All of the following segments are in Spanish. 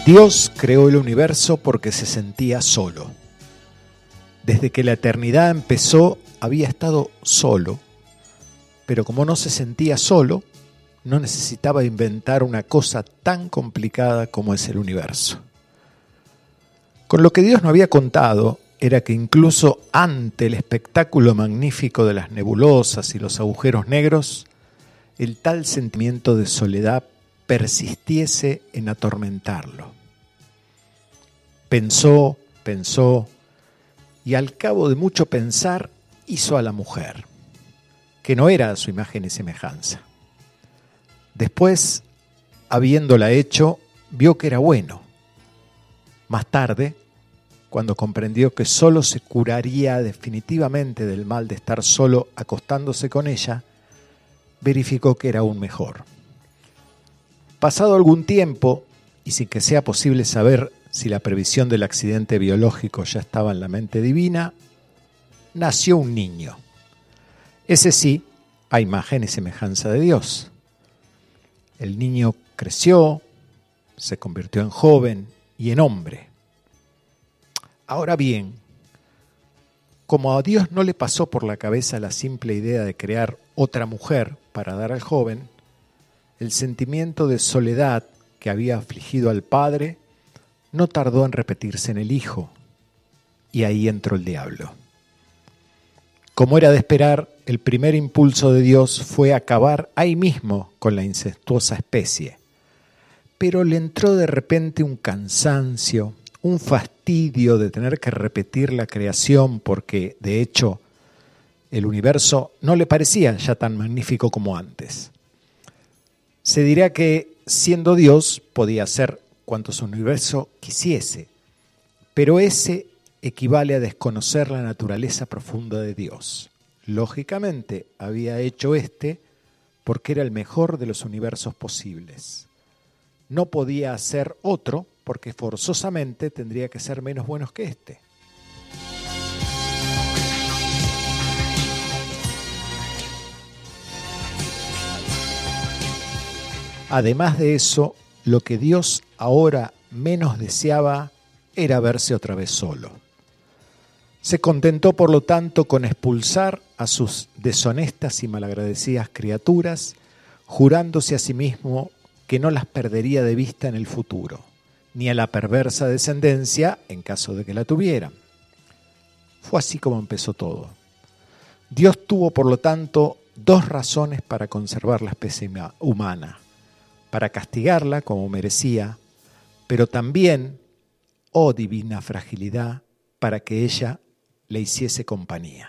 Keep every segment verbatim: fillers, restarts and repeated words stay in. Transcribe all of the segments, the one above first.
Dios creó el universo porque se sentía solo. Desde que la eternidad empezó, había estado solo, pero como no se sentía solo, no necesitaba inventar una cosa tan complicada como es el universo. Con lo que Dios no había contado era que incluso ante el espectáculo magnífico de las nebulosas y los agujeros negros, el tal sentimiento de soledad persistiese en atormentarlo. Pensó, pensó, y al cabo de mucho pensar hizo a la mujer, que no era a su imagen y semejanza. Después, habiéndola hecho, vio que era bueno. Más tarde, cuando comprendió que solo se curaría definitivamente del mal de estar solo acostándose con ella, verificó que era aún mejor. Pasado algún tiempo, y sin que sea posible saber si la previsión del accidente biológico ya estaba en la mente divina, nació un niño. Ese sí, a imagen y semejanza de Dios. El niño creció, se convirtió en joven y en hombre. Ahora bien, como a Dios no le pasó por la cabeza la simple idea de crear otra mujer para dar al joven, el sentimiento de soledad que había afligido al padre no tardó en repetirse en el hijo, y ahí entró el diablo. Como era de esperar, el primer impulso de Dios fue acabar ahí mismo con la incestuosa especie, pero le entró de repente un cansancio, un fastidio de tener que repetir la creación porque, de hecho, el universo no le parecía ya tan magnífico como antes. Se dirá que, siendo Dios, podía hacer cuanto su universo quisiese, pero ese equivale a desconocer la naturaleza profunda de Dios. Lógicamente, había hecho este porque era el mejor de los universos posibles. No podía hacer otro porque forzosamente tendría que ser menos buenos que este. Además de eso, lo que Dios ahora menos deseaba era verse otra vez solo. Se contentó, por lo tanto, con expulsar a sus deshonestas y malagradecidas criaturas, jurándose a sí mismo que no las perdería de vista en el futuro, ni a la perversa descendencia en caso de que la tuvieran. Fue así como empezó todo. Dios tuvo, por lo tanto, dos razones para conservar la especie humana: para castigarla como merecía, pero también, oh divina fragilidad, para que ella le hiciese compañía.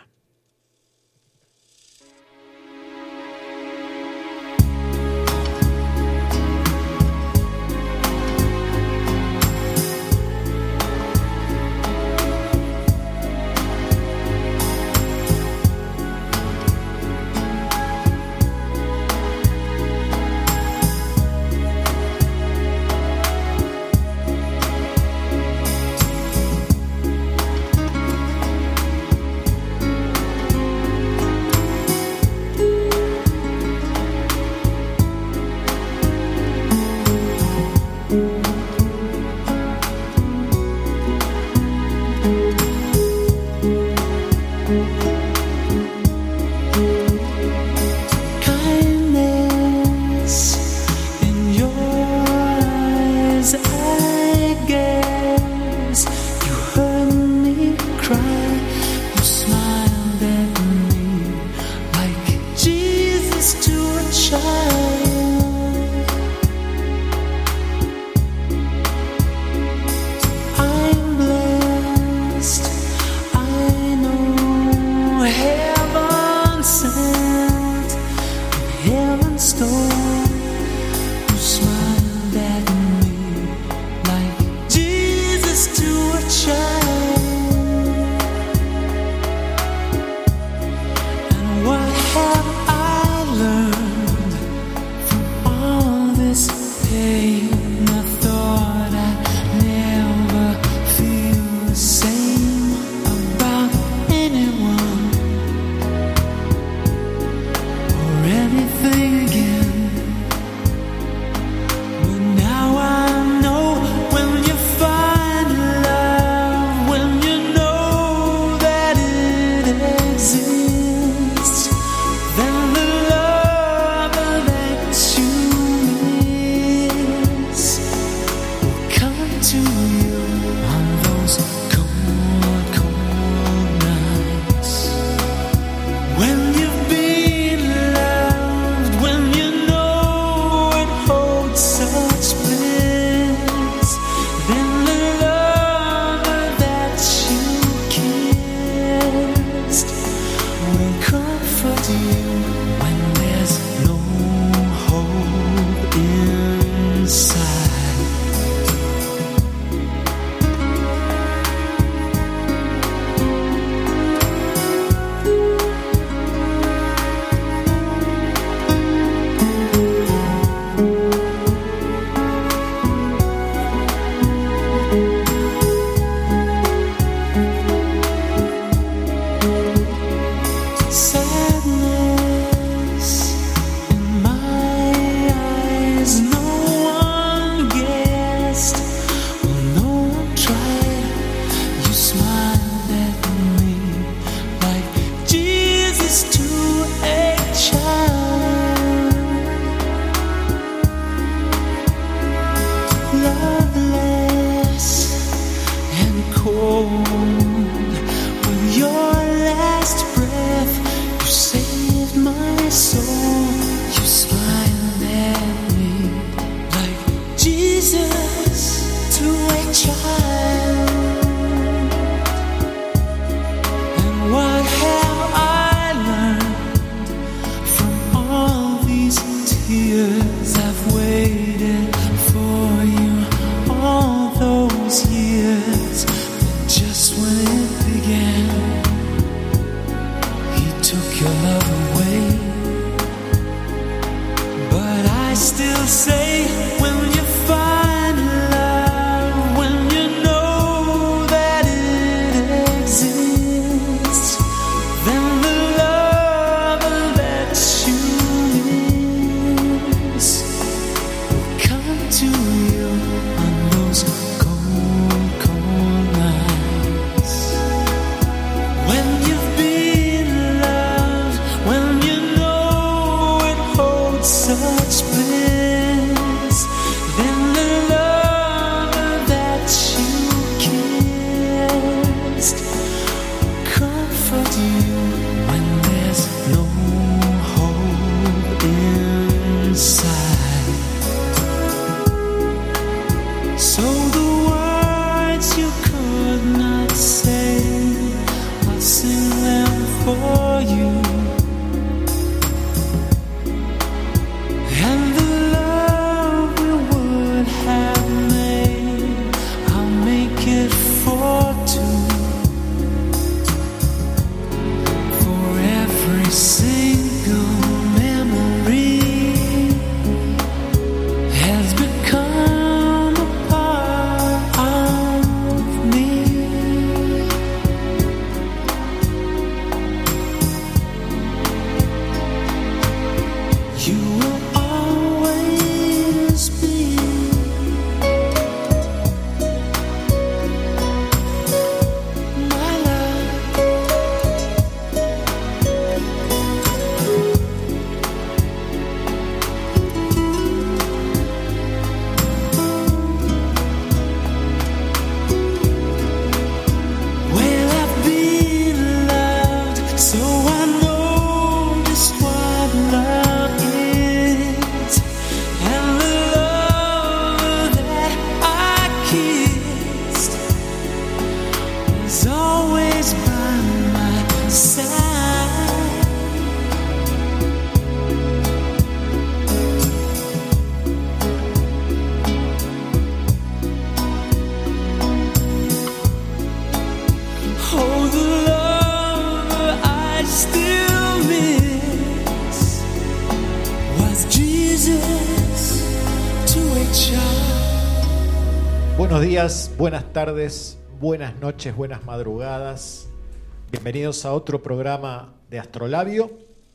Buenos días, buenas tardes, buenas noches, buenas madrugadas. Bienvenidos a otro programa de Astrolabio.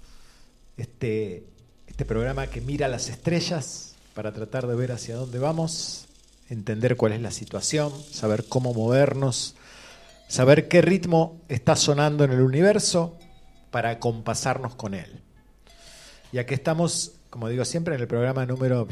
Este, este programa que mira las estrellas para tratar de ver hacia dónde vamos, entender cuál es la situación, saber cómo movernos, saber qué ritmo está sonando en el universo para acompasarnos con él. Y aquí estamos, como digo siempre, en el programa número...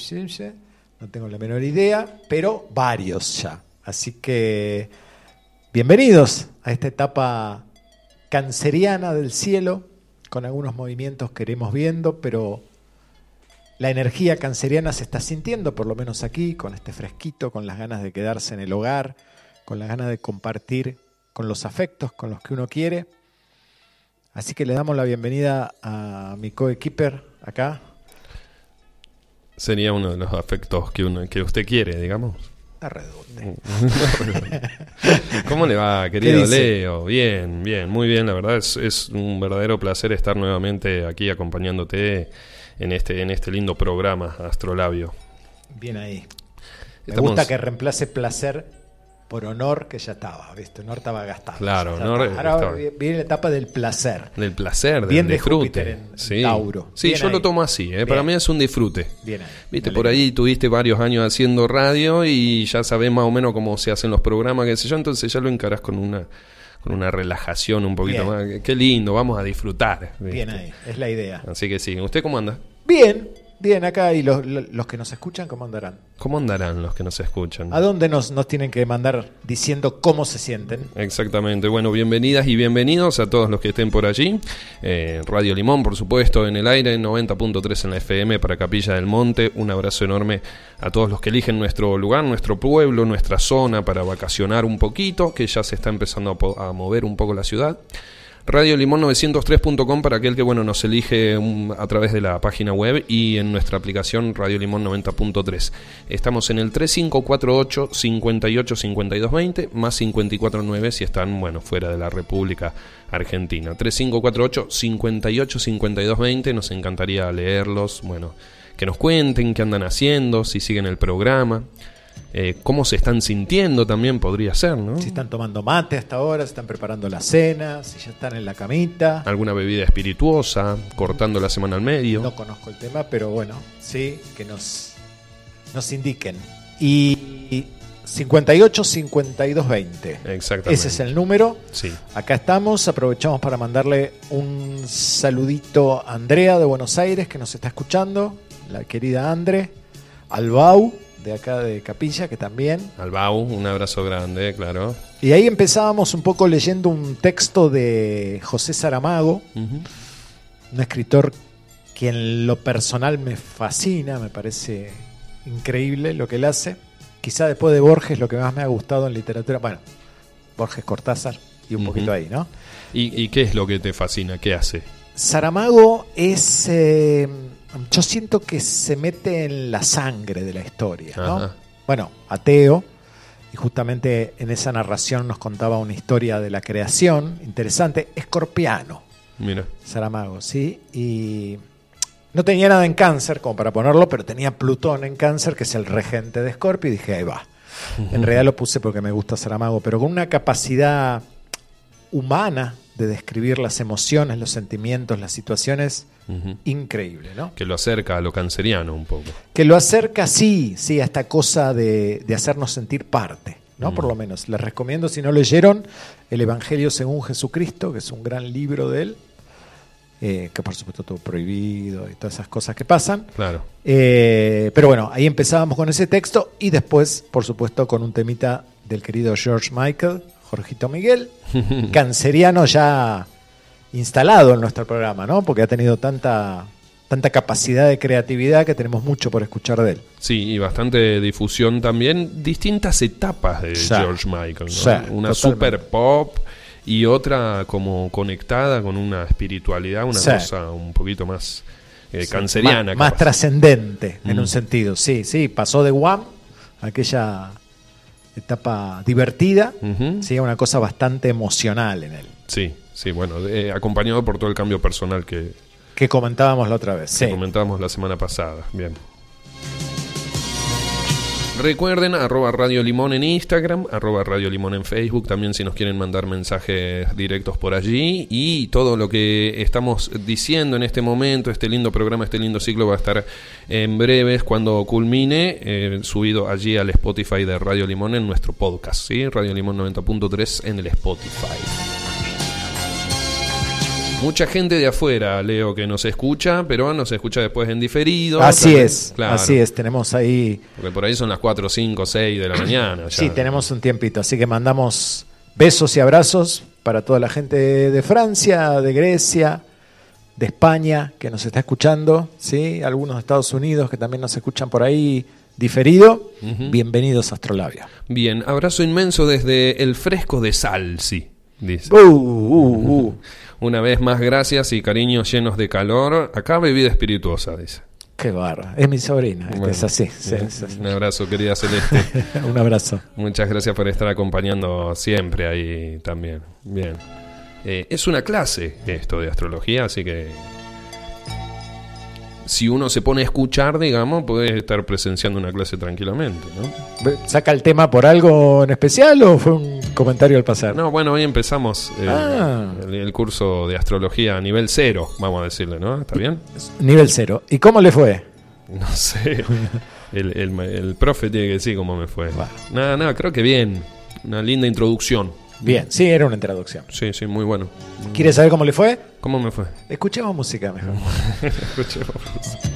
No tengo la menor idea, pero varios ya. Así que bienvenidos a esta etapa canceriana del cielo, con algunos movimientos que iremos viendo, pero la energía canceriana se está sintiendo, por lo menos aquí, con este fresquito, con las ganas de quedarse en el hogar, con las ganas de compartir con los afectos, con los que uno quiere. Así que le damos la bienvenida a mi coequiper acá. Sería uno de los afectos que uno que usted quiere, digamos. Está redonde. ¿Cómo le va, querido Leo? Bien, bien, muy bien. La verdad es, es un verdadero placer estar nuevamente aquí acompañándote en este, en este lindo programa Astrolabio. Bien ahí. Me Estamos... gusta que reemplace placer por honor, que ya estaba, ¿viste? Honor estaba gastado. Claro, honor estaba. Ahora viene la etapa del placer. Del placer, del bien de disfrute. Júpiter en, sí. en Tauro. Sí, bien yo ahí. lo tomo así, ¿eh? Para mí es un disfrute. Bien ahí. Viste, por ahí tuviste varios años haciendo radio y ya sabés más o menos cómo se hacen los programas, qué sé yo, entonces ya lo encarás con una con una relajación un poquito bien. más. Qué lindo, vamos a disfrutar. ¿Viste? Bien ahí, es la idea. Así que sí, ¿usted cómo anda? Bien, bien acá. ¿Y los, los que nos escuchan cómo andarán? ¿Cómo andarán los que nos escuchan? ¿A dónde nos, nos tienen que mandar diciendo cómo se sienten? Exactamente. Bueno, bienvenidas y bienvenidos a todos los que estén por allí. Eh, Radio Limón, por supuesto, en el aire, noventa punto tres en la F M para Capilla del Monte. Un abrazo enorme a todos los que eligen nuestro lugar, nuestro pueblo, nuestra zona para vacacionar un poquito, que ya se está empezando a, po- a mover un poco la ciudad. Radio Limón novecientos tres punto com para aquel que bueno nos elige un, a través de la página web y en nuestra aplicación Radio Limón noventa punto tres. Estamos en el tres cinco cuatro ocho, cinco ocho cinco dos dos cero más cinco cuatro nueve si están bueno fuera de la República Argentina. tres cinco cuatro ocho, cinco ocho cinco dos dos cero. Nos encantaría leerlos, bueno, que nos cuenten qué andan haciendo, si siguen el programa. Eh, cómo se están sintiendo también podría ser, ¿no? Si están tomando mate hasta ahora, si están preparando la cena, si ya están en la camita. Alguna bebida espirituosa, cortando la semana al medio. No conozco el tema, pero bueno, sí, que nos, nos indiquen. Y cincuenta y ocho cincuenta y dos veinte. Exactamente. Ese es el número. Sí. Acá estamos, aprovechamos para mandarle un saludito a Andrea de Buenos Aires, que nos está escuchando, la querida Andre, al Bau, de acá de Capilla, que también. Al Bau, un abrazo grande, claro. Y ahí empezábamos un poco leyendo un texto de José Saramago, uh-huh. un escritor que en lo personal me fascina, me parece increíble lo que él hace. Quizá después de Borges lo que más me ha gustado en literatura, bueno, Borges, Cortázar y un uh-huh. poquito ahí, ¿no? ¿Y, ¿Y qué es lo que te fascina? ¿Qué hace? Saramago es... Eh, yo siento que se mete en la sangre de la historia, ¿no? Ajá. Bueno, ateo, y justamente en esa narración nos contaba una historia de la creación interesante, escorpiano. Mira. Saramago, sí, y no tenía nada en Cáncer como para ponerlo, pero tenía Plutón en Cáncer, que es el regente de Escorpio, y dije, ahí va. Uh-huh. En realidad lo puse porque me gusta Saramago, pero con una capacidad humana de describir las emociones, los sentimientos, las situaciones, uh-huh. increíble, ¿no? Que lo acerca a lo canceriano un poco. Que lo acerca, sí, sí, a esta cosa de, de hacernos sentir parte, ¿no? Uh-huh. Por lo menos. Les recomiendo, si no leyeron, El Evangelio según Jesucristo, que es un gran libro de él, eh, que por supuesto todo prohibido y todas esas cosas que pasan. Claro. Eh, pero bueno, ahí empezábamos con ese texto y después, por supuesto, con un temita del querido George Michael, Jorgito Miguel, canceriano ya instalado en nuestro programa, ¿no? Porque ha tenido tanta, tanta capacidad de creatividad que tenemos mucho por escuchar de él. Sí, y bastante difusión también. Distintas etapas de sí. George Michael, ¿no? Sí, una totalmente. Super pop y otra como conectada con una espiritualidad, una sí. cosa un poquito más eh, sí. canceriana. Más, más trascendente, en mm. un sentido. Sí, sí, pasó de Wham, aquella etapa divertida, uh-huh. sí, una cosa bastante emocional en él. Sí, sí, bueno, eh, acompañado por todo el cambio personal que... Que comentábamos la otra vez. Que sí. comentábamos la semana pasada, bien. Recuerden, arroba Radio Limón en Instagram, arroba Radio Limón en Facebook, también si nos quieren mandar mensajes directos por allí, y todo lo que estamos diciendo en este momento, este lindo programa, este lindo ciclo va a estar en breves cuando culmine, eh, subido allí al Spotify de Radio Limón en nuestro podcast, ¿sí? Radio Limón noventa punto tres en el Spotify. Mucha gente de afuera, Leo, que nos escucha, pero nos escucha después en diferido. Así también, es, claro. Así es, tenemos ahí... Porque por ahí son las cuatro, cinco, seis de la mañana. Ya. Sí, tenemos un tiempito, así que mandamos besos y abrazos para toda la gente de Francia, de Grecia, de España, que nos está escuchando, ¿sí? Algunos de Estados Unidos que también nos escuchan por ahí diferido. Uh-huh. Bienvenidos a Astrolabia. Bien, abrazo inmenso desde el fresco de Salsi, dice. Uh, uh, uh. Una vez más, gracias y cariños llenos de calor. Acá bebida espirituosa, dice. Qué barra. Es mi sobrina. Bueno, es así. Sí, es así. Un abrazo, querida Celeste. Un abrazo. Muchas gracias por estar acompañando siempre ahí también. Bien. Eh, es una clase esto de astrología, así que si uno se pone a escuchar, digamos, puede estar presenciando una clase tranquilamente, ¿no? ¿Saca el tema por algo en especial o fue un comentario al pasar? No, bueno, hoy empezamos eh, ah. el, el curso de astrología a nivel cero, vamos a decirle, ¿no? ¿Está bien? Nivel cero. ¿Y cómo le fue? No sé. El, el, el profe tiene que decir cómo me fue. Bueno. Nada, nada, creo que bien. Una linda introducción. Bien, sí, era una introducción. Sí, sí, muy bueno. ¿Quieres saber cómo le fue? ¿Cómo me fue? Escuchemos música mejor. Escuchemos música.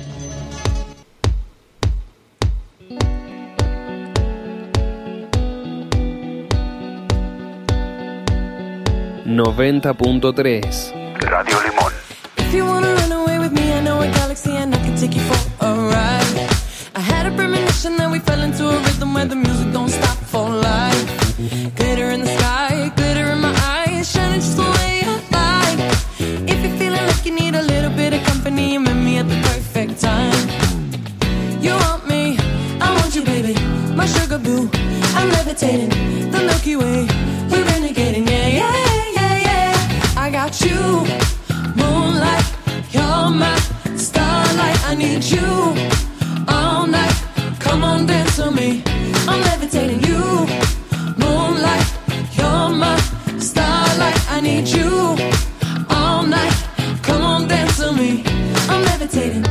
noventa punto tres Radio Limón. If you wanna run away with me, I know a galaxy and I can take you for a ride. I had a premonition that we fell into a rhythm where the music don't stop for life. Glitter in the sky, glitter in my eyes, shining just the way you like. If you're feeling like you need a little bit of company, you met me at the perfect time. You want me, I want you, baby, my sugar boo. I'm levitating, the Milky Way. You're renegading, yeah, yeah, yeah, yeah. I got you, moonlight, you're my starlight. I need you all night. Come on, dance to me. I'm levitating you. Moonlight, you're my starlight. I need you all night. Come on, dance to me. I'm levitating.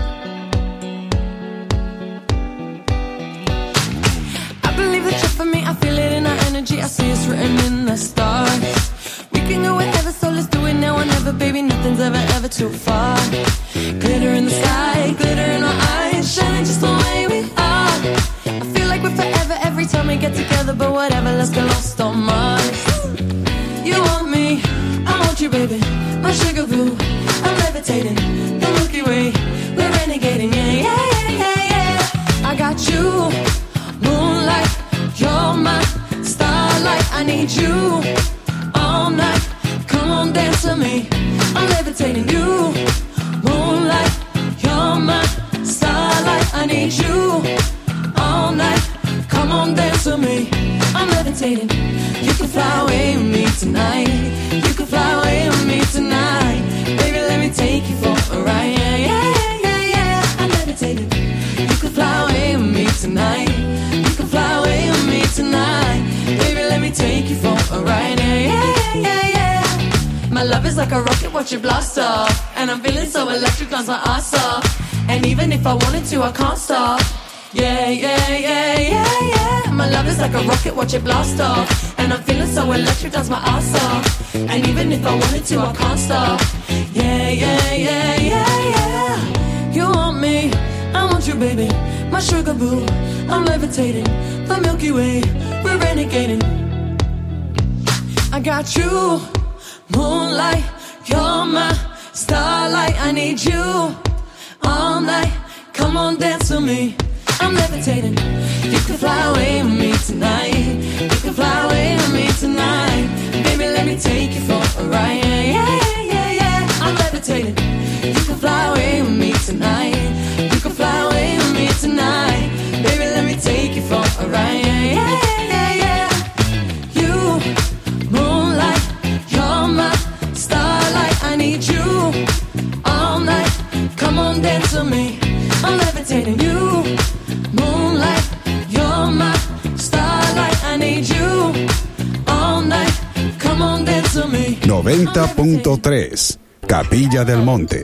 I believe that you're for me. I feel it in our energy. I see it's written in the stars. We can go wherever, so let's do it now or never, baby. Nothing's ever, ever too far. Glitter in the sky, glitter in our eyes, shining just the way we are. I feel you, baby, my sugar boo. I'm levitating, the Milky Way, we're renegading, yeah, yeah, yeah, yeah, yeah. I got you, moonlight, you're my starlight. I need you all night. Come on, dance with me. I'm levitating, you, moonlight, you're my starlight. I need you all night. Come on, dance with me. I'm levitating. You can fly away with me tonight. You can fly away with me tonight. Baby, let me take you for a ride. Yeah, yeah, yeah, yeah, yeah. I'm levitating. You can fly away with me tonight. You can fly away with me tonight. Baby, let me take you for a ride. Yeah, yeah, yeah, yeah, yeah. My love is like a rocket, watch it blast off. And I'm feeling so electric, cause my ass off. And even if I wanted to, I can't stop. Yeah, yeah, yeah, yeah, yeah. My love is like a rocket, watch it blast off. And I'm feeling so electric, dance my ass off. And even if I wanted to, I can't stop. Yeah, yeah, yeah, yeah, yeah. You want me, I want you, baby, my sugar boo. I'm levitating, the Milky Way, we're renegading. I got you, moonlight, you're my starlight. I need you all night. Come on, dance with me. I'm levitating. You can fly away with me tonight. You can fly away with me tonight. Baby, let me take you for a ride. Yeah, yeah, yeah, yeah. I'm levitating. You can fly away with me tonight. You can fly away with me tonight. Baby, let me take you for a ride. Yeah, yeah, yeah, yeah. You, moonlight, you're my starlight. I need you all night. Come on, dance with me. I'm levitating. You, moonlight, you're my starlight. I need you all night. Come on, dance with me. noventa punto tres Capilla del Monte.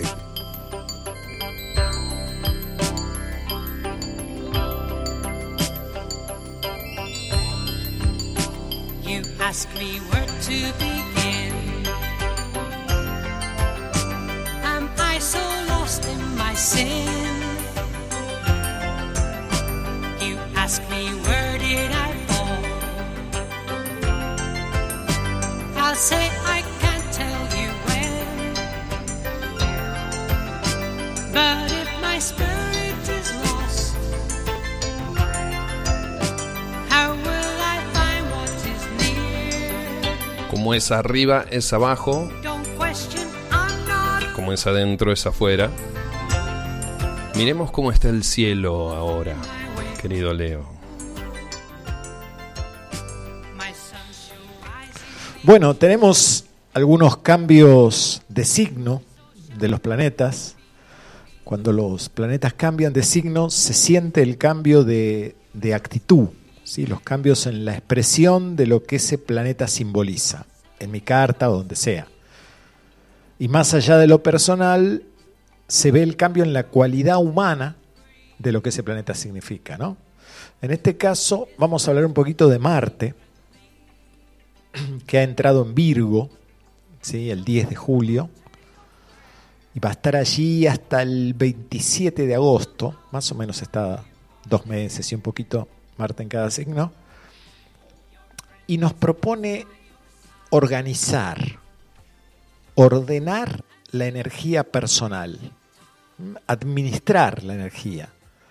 You ask me where to begin. Am I so lost in my sin? Ask me where did I fall? I'll say I can't tell you when. But if my spirit is lost, how will I find what is near? Como es arriba, es abajo. Don't question, I'm not. Como es adentro, es afuera. Miremos cómo está el cielo ahora, querido Leo. Bueno, tenemos algunos cambios de signo de los planetas. Cuando los planetas cambian de signo, se siente el cambio de, de actitud, ¿sí? Los cambios en la expresión de lo que ese planeta simboliza, en mi carta o donde sea. Y más allá de lo personal, se ve el cambio en la cualidad humana de lo que ese planeta significa, ¿no? En este caso vamos a hablar un poquito de Marte, que ha entrado en Virgo, ¿sí? El diez de julio, y va a estar allí hasta el veintisiete de agosto, más o menos está dos meses y un poquito Marte en cada signo, y nos propone organizar, ordenar la energía personal, administrar la energía.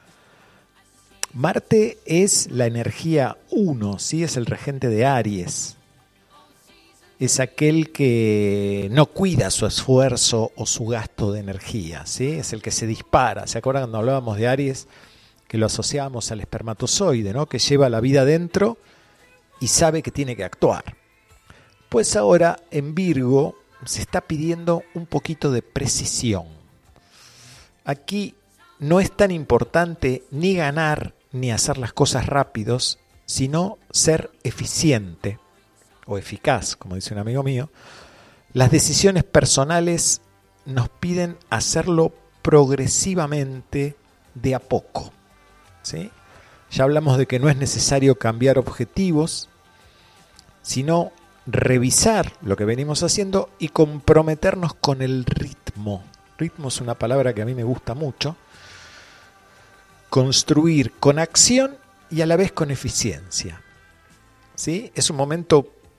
Marte es la energía uno, ¿sí? Es el regente de Aries. Es aquel que no cuida su esfuerzo o su gasto de energía, ¿sí? Es el que se dispara. ¿Se acuerdan cuando hablábamos de Aries? Que lo asociábamos al espermatozoide, ¿no? Que lleva la vida dentro y sabe que tiene que actuar. Pues ahora en Virgo se está pidiendo un poquito de precisión. Aquí no es tan importante ni ganar ni hacer las cosas rápidos, sino ser eficiente o eficaz, como dice un amigo mío. Las decisiones personales nos piden hacerlo progresivamente, de a poco, ¿sí? Ya hablamos de que no es necesario cambiar objetivos, sino revisar lo que venimos haciendo y comprometernos con el ritmo. Ritmo es una palabra que a mí me gusta mucho. Construir con acción y a la vez con eficiencia, ¿sí? Es un momento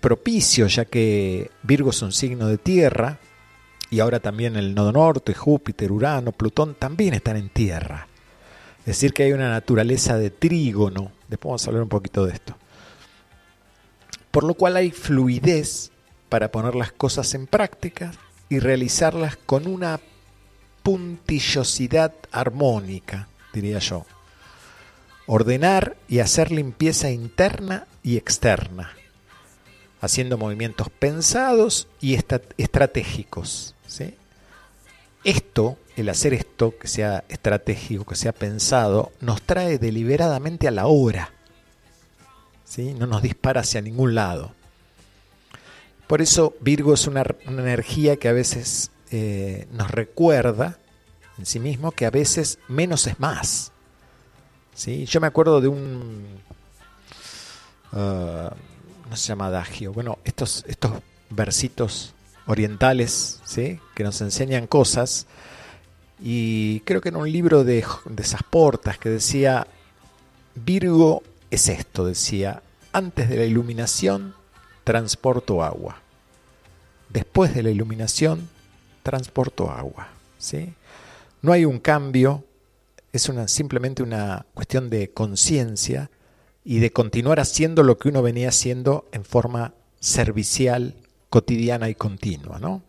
propicio, ya que Virgo es un signo de tierra, y ahora también el nodo norte, Júpiter, Urano, Plutón también están en tierra. Es decir, que hay una naturaleza de trígono. Después vamos a hablar un poquito de esto. Por lo cual hay fluidez para poner las cosas en práctica y realizarlas con una puntillosidad armónica, diría yo. Ordenar y hacer limpieza interna y externa, haciendo movimientos pensados y estratégicos, ¿sí? Esto, el hacer esto, que sea estratégico, que sea pensado, nos trae deliberadamente a la hora, ¿sí? No nos dispara hacia ningún lado. Por eso Virgo es una, una energía que a veces eh, nos recuerda en sí mismo que a veces menos es más, ¿sí? Yo me acuerdo de un... Uh, no se llama adagio, bueno, estos, estos versitos orientales, ¿sí? Que nos enseñan cosas, y creo que en un libro de, de Sasportas que decía, Virgo es esto, decía, antes de la iluminación transporto agua, después de la iluminación transporto agua, ¿sí? No hay un cambio, es una, simplemente una cuestión de conciencia y de continuar haciendo lo que uno venía haciendo en forma servicial, cotidiana y continua, ¿no?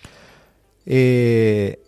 Eh,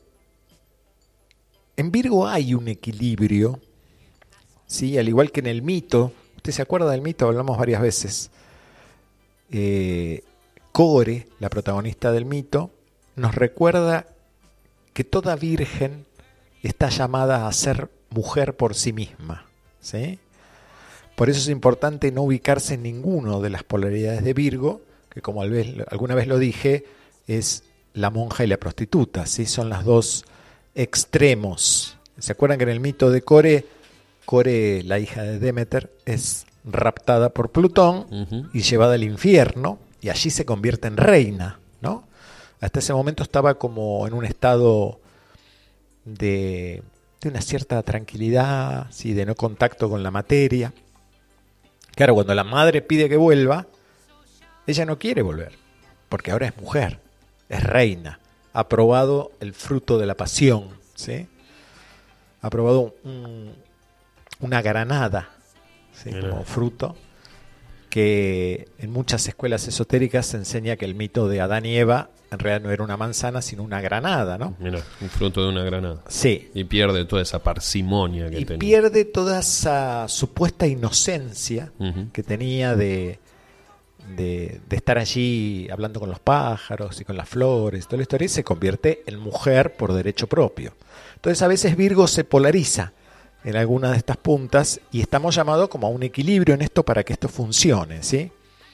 en Virgo hay un equilibrio, ¿sí? Al igual que en el mito. ¿Usted se acuerda del mito? Hablamos varias veces. Eh, Core, la protagonista del mito, nos recuerda que toda virgen está llamada a ser mujer por sí misma, ¿sí? Por eso es importante no ubicarse en ninguno de las polaridades de Virgo, que como alguna vez lo dije, es la monja y la prostituta, ¿sí? Son los dos extremos. ¿Se acuerdan que en el mito de Core, Core, la hija de Demeter, es raptada por Plutón uh-huh. y llevada al infierno, y allí se convierte en reina, ¿no? Hasta ese momento estaba como en un estado de, de una cierta tranquilidad, ¿sí? De no contacto con la materia. Claro, cuando la madre pide que vuelva, ella no quiere volver, porque ahora es mujer, es reina, ha probado el fruto de la pasión, ¿sí? Ha probado un, una granada, ¿sí? Como fruto, que en muchas escuelas esotéricas se enseña que el mito de Adán y Eva en realidad no era una manzana, sino una granada, ¿no? Mira, un fruto de una granada. Sí. Y pierde toda esa parsimonia que y tenía. Y pierde toda esa supuesta inocencia uh-huh. que tenía de, de, de estar allí hablando con los pájaros y con las flores, toda la historia, y se convierte en mujer por derecho propio. Entonces a veces Virgo se polariza en alguna de estas puntas y estamos llamados como a un equilibrio en esto para que esto funcione, ¿sí?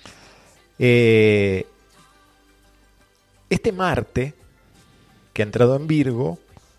Eh... Este Marte, que ha entrado en Virgo,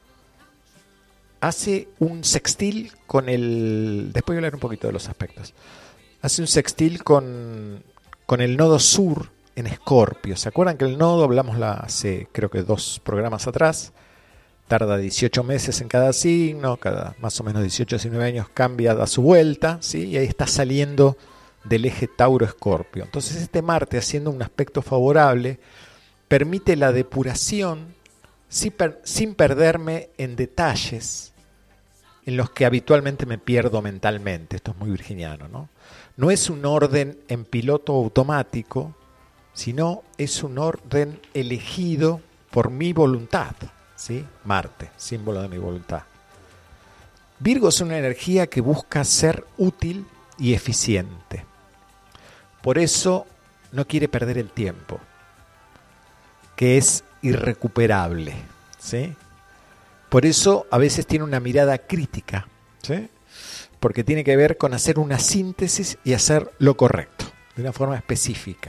hace un sextil con el... Después voy a hablar un poquito de los aspectos. Hace un sextil con, con el nodo sur en Escorpio. ¿Se acuerdan que el nodo, hablamos la, hace creo que dos programas atrás, tarda dieciocho meses en cada signo, cada más o menos dieciocho a diecinueve años cambia, da su vuelta, ¿sí? Y ahí está saliendo del eje Tauro-Escorpio. Entonces este Marte, haciendo un aspecto favorable, permite la depuración sin, per, sin perderme en detalles en los que habitualmente me pierdo mentalmente. Esto es muy virginiano, ¿no? No es un orden en piloto automático, sino es un orden elegido por mi voluntad, ¿sí? Marte, símbolo de mi voluntad. Virgo es una energía que busca ser útil y eficiente. Por eso no quiere perder el tiempo, que es irrecuperable, ¿sí? Por eso a veces tiene una mirada crítica, ¿sí? Porque tiene que ver con hacer una síntesis y hacer lo correcto, de una forma específica.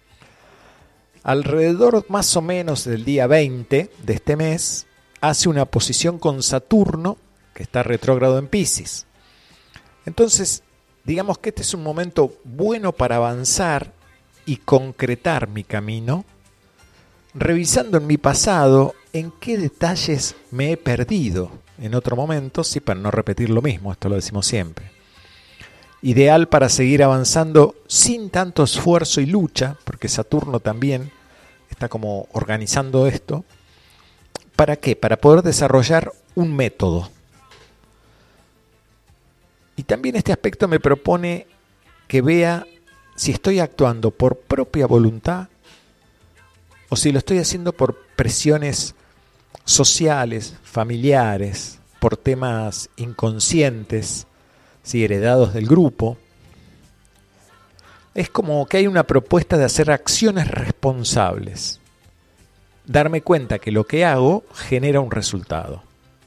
Alrededor más o menos del día veinte de este mes, hace una posición con Saturno, que está retrógrado en Piscis. Entonces, digamos que este es un momento bueno para avanzar y concretar mi camino, revisando en mi pasado en qué detalles me he perdido en otro momento, sí, para no repetir lo mismo, esto lo decimos siempre. ideal para seguir avanzando sin tanto esfuerzo y lucha, porque Saturno también está como organizando esto. ¿Para qué? Para poder desarrollar un método. Y también este aspecto me propone que vea si estoy actuando por propia voluntad o si lo estoy haciendo por presiones sociales, familiares, por temas inconscientes, ¿sí? Heredados del grupo. Es como que hay una propuesta de hacer acciones responsables. Darme cuenta que lo que hago genera un resultado.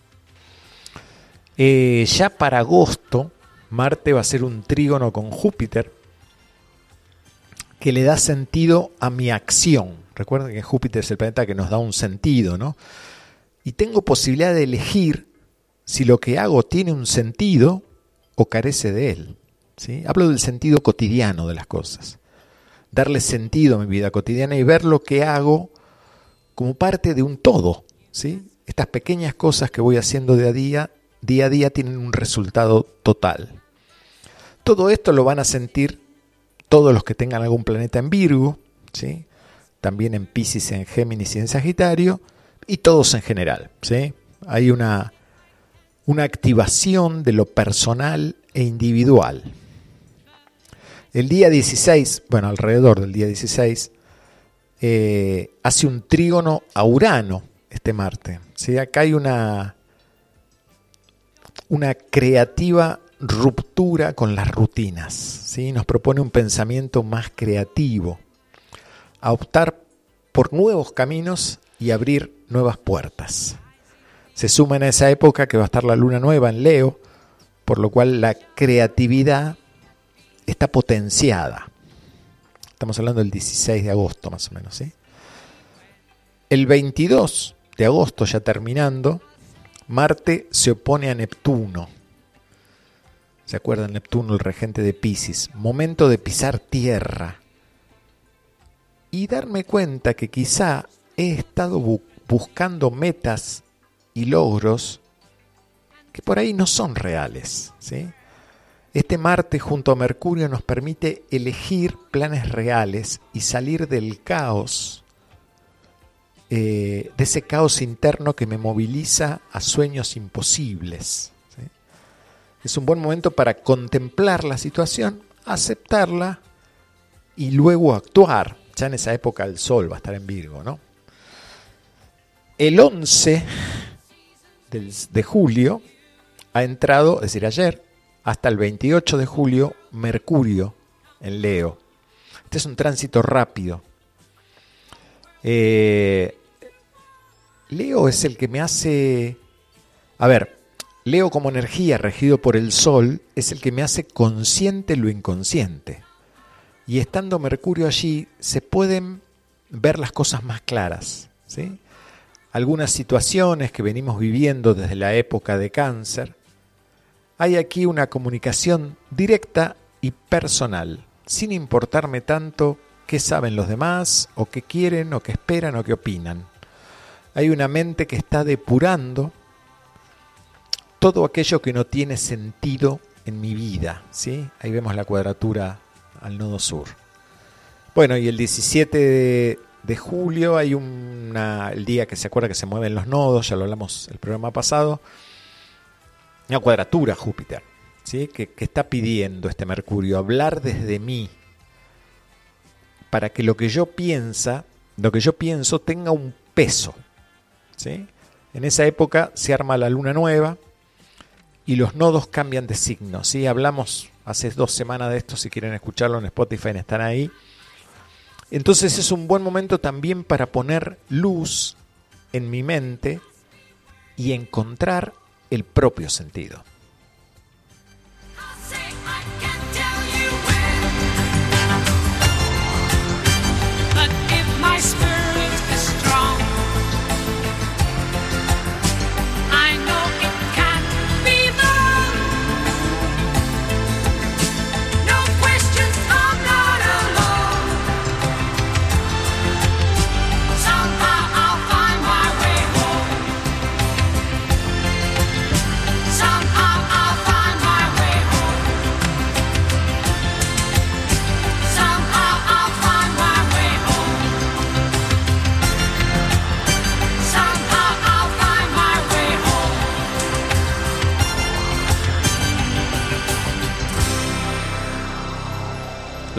Eh, ya para agosto, Marte va a hacer un trígono con Júpiter que le da sentido a mi acción. Recuerden que Júpiter es el planeta que nos da un sentido, ¿no? Y tengo posibilidad de elegir si lo que hago tiene un sentido o carece de él, ¿sí? Hablo del sentido cotidiano de las cosas. Darle sentido a mi vida cotidiana y ver lo que hago como parte de un todo, ¿sí? Estas pequeñas cosas que voy haciendo día a día, día a día tienen un resultado total. Todo esto lo van a sentir todos los que tengan algún planeta en Virgo, ¿sí? También en Piscis, en Géminis y en Sagitario, y todos en general, ¿sí? Hay una, una activación de lo personal e individual. El día dieciséis, bueno, alrededor del día dieciséis, eh, hace un trígono a Urano este Marte, ¿sí? Acá hay una, una creativa ruptura con las rutinas, ¿sí? Nos propone un pensamiento más creativo, a optar por nuevos caminos y abrir nuevas puertas. Se suma en esa época que va a estar la luna nueva en Leo, por lo cual la creatividad está potenciada. Estamos hablando del dieciséis de agosto más o menos, ¿sí? El veintidós de agosto, ya terminando, Marte se opone a Neptuno. ¿Se acuerdan? Neptuno, el regente de Piscis. Momento de pisar tierra. Y darme cuenta que quizá he estado bu- buscando metas y logros que por ahí no son reales, ¿sí? Este Marte junto a Mercurio nos permite elegir planes reales y salir del caos, eh, de ese caos interno que me moviliza a sueños imposibles, ¿sí? Es un buen momento para contemplar la situación, aceptarla y luego actuar. Ya en esa época el Sol va a estar en Virgo, ¿no? El once de julio ha entrado, es decir, ayer, hasta el veintiocho de julio, Mercurio en Leo. Este es un tránsito rápido. Eh, Leo es el que me hace... A ver, Leo como energía regido por el Sol es el que me hace consciente lo inconsciente. Y estando Mercurio allí, se pueden ver las cosas más claras, ¿sí? Algunas situaciones que venimos viviendo desde la época de Cáncer, hay aquí una comunicación directa y personal, sin importarme tanto qué saben los demás, o qué quieren, o qué esperan, o qué opinan. Hay una mente que está depurando todo aquello que no tiene sentido en mi vida, ¿sí? Ahí vemos la cuadratura al nodo sur. Bueno, y el diecisiete de, de julio hay una, el día que se acuerda que se mueven los nodos, ya lo hablamos el programa pasado, una cuadratura Júpiter, ¿sí? que, que está pidiendo este Mercurio hablar desde mí para que lo que yo piensa, lo que yo pienso tenga un peso, ¿sí? En esa época se arma la luna nueva y los nodos cambian de signo, ¿sí? Hablamos hace dos semanas de esto, si quieren escucharlo en Spotify están ahí. Entonces es un buen momento también para poner luz en mi mente y encontrar el propio sentido. Somehow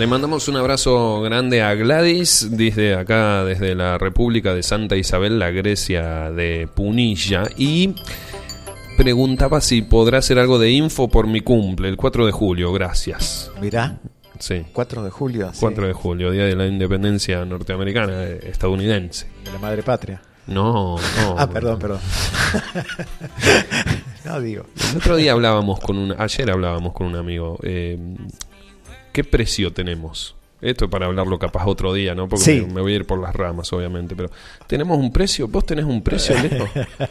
Le mandamos un abrazo grande a Gladys, desde acá, desde la República de Santa Isabel, la Grecia de Punilla, y preguntaba si podrá hacer algo de info por mi cumple, el cuatro de julio, gracias. Mirá, Sí, cuatro de julio. cuatro sí, de julio, día de la independencia norteamericana, eh, estadounidense. de la madre patria. No, no. Ah, perdón, perdón. No digo. El otro día hablábamos con un, ayer hablábamos con un amigo. Eh, ¿Qué precio tenemos? Esto es para hablarlo capaz otro día, ¿no? Porque Sí. me, me voy a ir por las ramas, obviamente. Pero ¿tenemos un precio? ¿Vos tenés un precio, Alejo?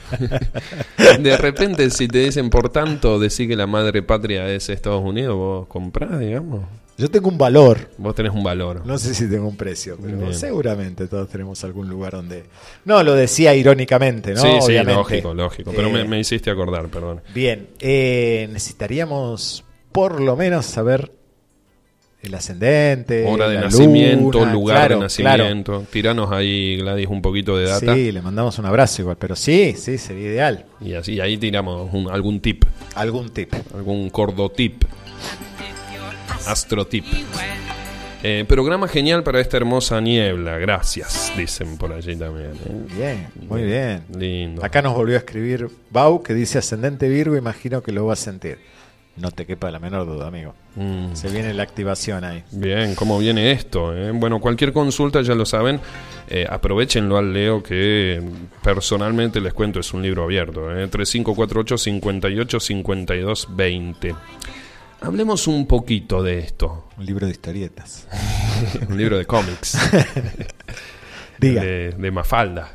De repente, si te dicen por tanto, decir que la madre patria es Estados Unidos, vos comprás, digamos. Yo tengo un valor. Vos tenés un valor. No sé si tengo un precio, pero Bien. seguramente todos tenemos algún lugar donde... No, lo decía irónicamente, ¿no? Sí, sí, Obviamente. lógico, lógico. Pero Eh, me, me hiciste acordar, perdón. Bien, eh, necesitaríamos por lo menos saber el ascendente, Hora de la nacimiento, luna, lugar claro, de nacimiento. Tiranos ahí, Gladys, un poquito de claro. data. Sí, le mandamos un abrazo igual, pero sí, sí, sería ideal. Y así ahí tiramos un- algún tip, Algún tip. algún cordotip, astrotip. Eh, programa genial para esta hermosa niebla, gracias, dicen por allí también. ¿eh? Bien, muy bien. Lindo. Acá nos volvió a escribir Bau, que dice ascendente Virgo, imagino que lo va a sentir. No te quepa la menor duda, amigo. Mm, Se viene la activación ahí. bien, ¿cómo viene esto? eh? Bueno, cualquier consulta ya lo saben, eh, aprovechenlo al Leo, que personalmente les cuento es un libro abierto, eh, tres cinco cuatro ocho, cinco ocho, cinco dos dos cero. Hablemos un poquito de esto. Un libro de historietas. Un libro de cómics. Diga. De, de Mafalda.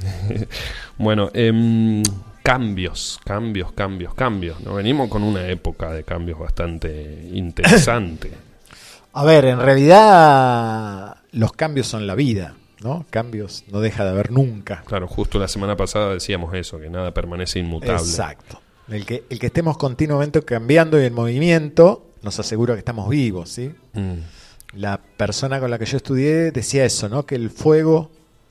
Bueno, em, cambios, cambios, cambios, cambios. ¿no? Venimos con una época de cambios bastante interesante. A ver, en realidad los cambios son la vida, ¿no? Cambios no deja de haber nunca. Claro, justo la semana pasada decíamos eso, que nada permanece inmutable. Exacto. El que, el que estemos continuamente cambiando y en movimiento nos asegura que estamos vivos, ¿sí? Mm, La persona con la que yo estudié decía eso, ¿no? Que el fuego,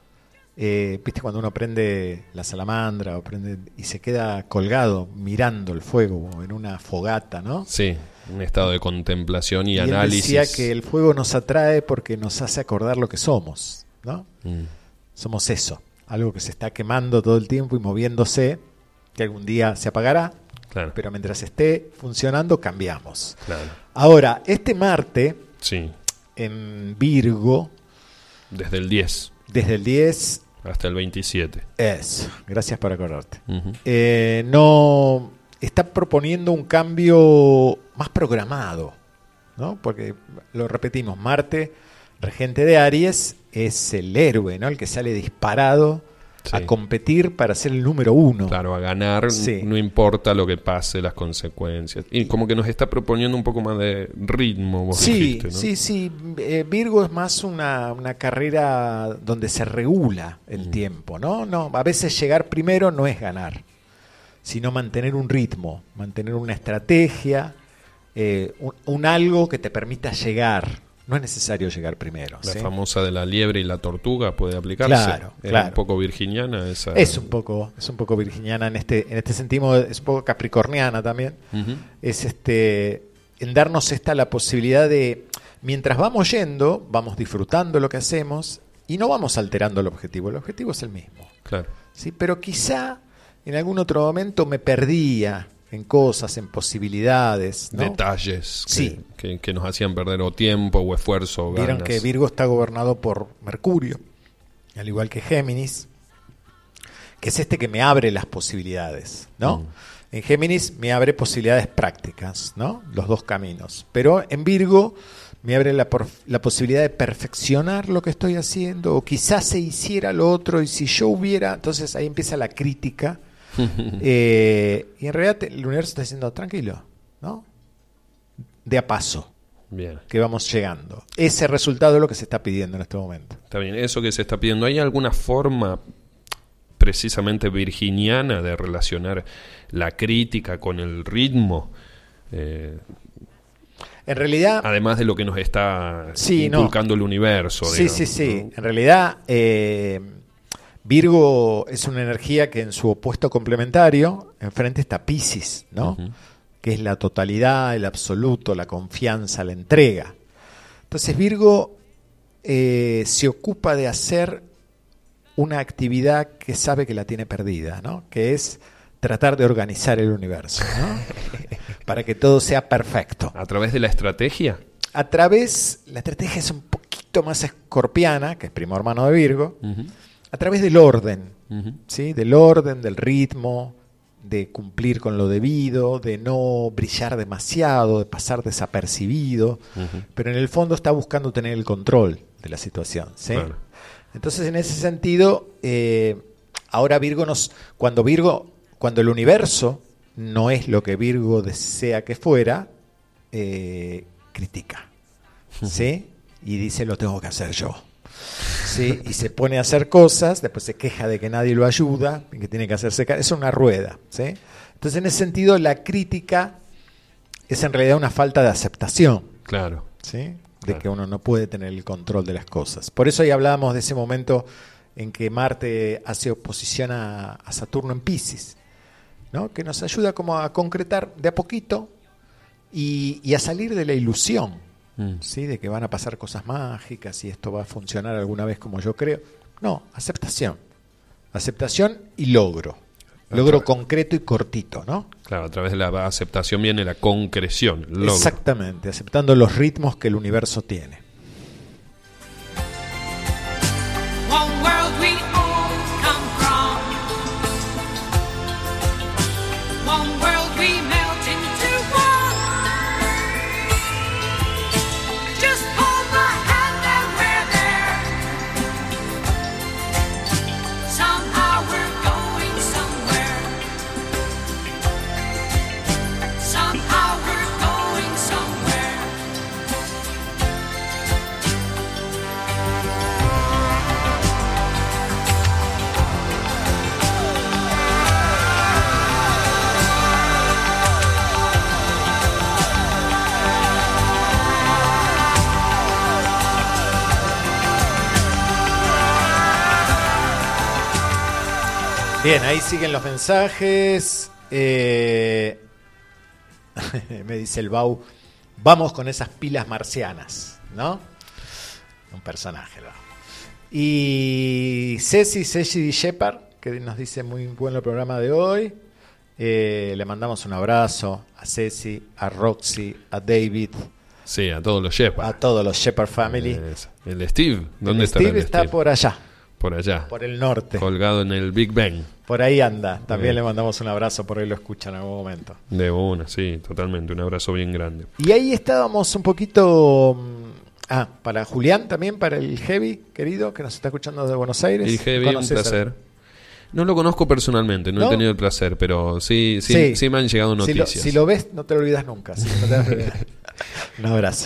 eh, viste cuando uno prende la salamandra o prende y se queda colgado mirando el fuego como en una fogata, ¿no? sí, un estado de contemplación y, Y él análisis. decía que el fuego nos atrae porque nos hace acordar lo que somos, ¿no? Mm, Somos eso, algo que se está quemando todo el tiempo y moviéndose, que algún día se apagará, claro, pero mientras esté funcionando cambiamos. claro. Ahora, este Marte Sí, en Virgo, desde el diez desde el diez, hasta el veintisiete. es, gracias por acordarte, Ujú. eh, no está proponiendo un cambio más programado, ¿no? Porque lo repetimos, Marte, regente de Aries, es el héroe, ¿no? El que sale disparado Sí. a competir para ser el número uno. Claro, a ganar, Sí. no importa lo que pase, las consecuencias. Y como que nos está proponiendo un poco más de ritmo, vos Sí, dijiste, ¿no? sí, sí. Eh, Virgo es más una, una carrera donde se regula el Mm. tiempo, ¿no? No, a veces llegar primero no es ganar, sino mantener un ritmo, mantener una estrategia, eh, un, un algo que te permita llegar. No es necesario llegar primero. La ¿sí? famosa de la liebre y la tortuga puede aplicarse. Claro, Es claro. un poco virginiana esa. Es un poco, es un poco virginiana en este, en este sentido, es un poco capricorniana también. Ujú. Es este en darnos esta la posibilidad de, mientras vamos yendo, vamos disfrutando lo que hacemos y no vamos alterando el objetivo. El objetivo es el mismo. Claro. ¿Sí? Pero quizá en algún otro momento me perdía en cosas, en posibilidades, ¿no? Detalles que, Sí. que, que nos hacían perder o tiempo o esfuerzo o Vieron ganas. que Virgo está gobernado por Mercurio, al igual que Géminis, que es este que me abre las posibilidades, ¿no? Mm. En Géminis me abre posibilidades prácticas, ¿no? Los dos caminos. Pero en Virgo me abre la, por- la posibilidad de perfeccionar lo que estoy haciendo, o quizás se hiciera lo otro, y si yo hubiera, entonces ahí empieza la crítica. Eh, y en realidad te- el universo está diciendo, tranquilo, ¿no? De a paso, Bien, que vamos llegando. Ese resultado es lo que se está pidiendo en este momento. está bien. Eso que se está pidiendo, ¿hay alguna forma precisamente virginiana de relacionar la crítica con el ritmo? Eh, En realidad, además de lo que nos está Sí, no. inculcando el universo. sí, digamos, sí, sí. ¿no? En realidad, eh, Virgo es una energía que en su opuesto complementario, enfrente está Piscis, ¿no? Ujú. Que es la totalidad, el absoluto, la confianza, la entrega. Entonces Virgo eh, se ocupa de hacer una actividad que sabe que la tiene perdida, ¿no? Que es tratar de organizar el universo, ¿no? Para que todo sea perfecto. ¿A través de la estrategia? A través, la estrategia es un poquito más escorpiana, que es primo hermano de Virgo, Uh-huh. a través del orden, Uh-huh. ¿sí? Del orden, del ritmo, de cumplir con lo debido, de no brillar demasiado, de pasar desapercibido, Uh-huh. pero en el fondo está buscando tener el control de la situación, ¿sí? Claro. Entonces, en ese sentido, eh, ahora Virgo nos, cuando Virgo, cuando el universo no es lo que Virgo desea que fuera, eh, critica, ¿sí? Y dice, lo tengo que hacer yo, ¿sí? Y se pone a hacer cosas, después se queja de que nadie lo ayuda, que tiene que hacerse, ca- es una rueda, ¿sí? Entonces, en ese sentido, la crítica es en realidad una falta de aceptación, Claro. ¿sí? De Claro. que uno no puede tener el control de las cosas. Por eso ahí hablábamos de ese momento en que Marte hace oposición a, a Saturno en Piscis, ¿no? Que nos ayuda como a concretar de a poquito y, y a salir de la ilusión, Mm. ¿sí? De que van a pasar cosas mágicas y esto va a funcionar alguna vez como yo creo. No, aceptación. Aceptación y logro. Logro concreto y cortito, ¿no? Claro, a través de la aceptación viene la concreción, el logro. Exactamente, aceptando los ritmos que el universo tiene. One world we all come from. One world we melt into one. Just hold my hand and we're there. Somehow we're going somewhere. Somehow we're going somewhere. Bien, ahí siguen los mensajes. Eh, me dice el Bau, vamos con esas pilas marcianas, ¿no? Un personaje, el Bau. Y Ceci, Ceci Shepard, que nos dice muy bueno el programa de hoy. Eh, le mandamos un abrazo a Ceci, a Roxy, a David, Sí, a todos los Shepard. a todos los Shepard Family. Es- El Steve, ¿dónde El está Steve el está Steve? por allá, Por allá, por el norte. colgado en el Big Bang. Por ahí anda. También Bien. le mandamos un abrazo, por ahí lo escucha en algún momento. De una, sí, totalmente. Un abrazo bien grande. Y ahí estábamos un poquito... mm, Ah, para Julián también, para el Heavy, querido, que nos está escuchando desde Buenos Aires. Y Heavy, un ¿Conoces a- placer. No lo conozco personalmente, no, ¿No? he tenido el placer, pero sí, sí, Sí. sí me han llegado Si lo, noticias. si lo ves, no te lo olvidas nunca. ¿sí? No te vas a olvidar. Un abrazo.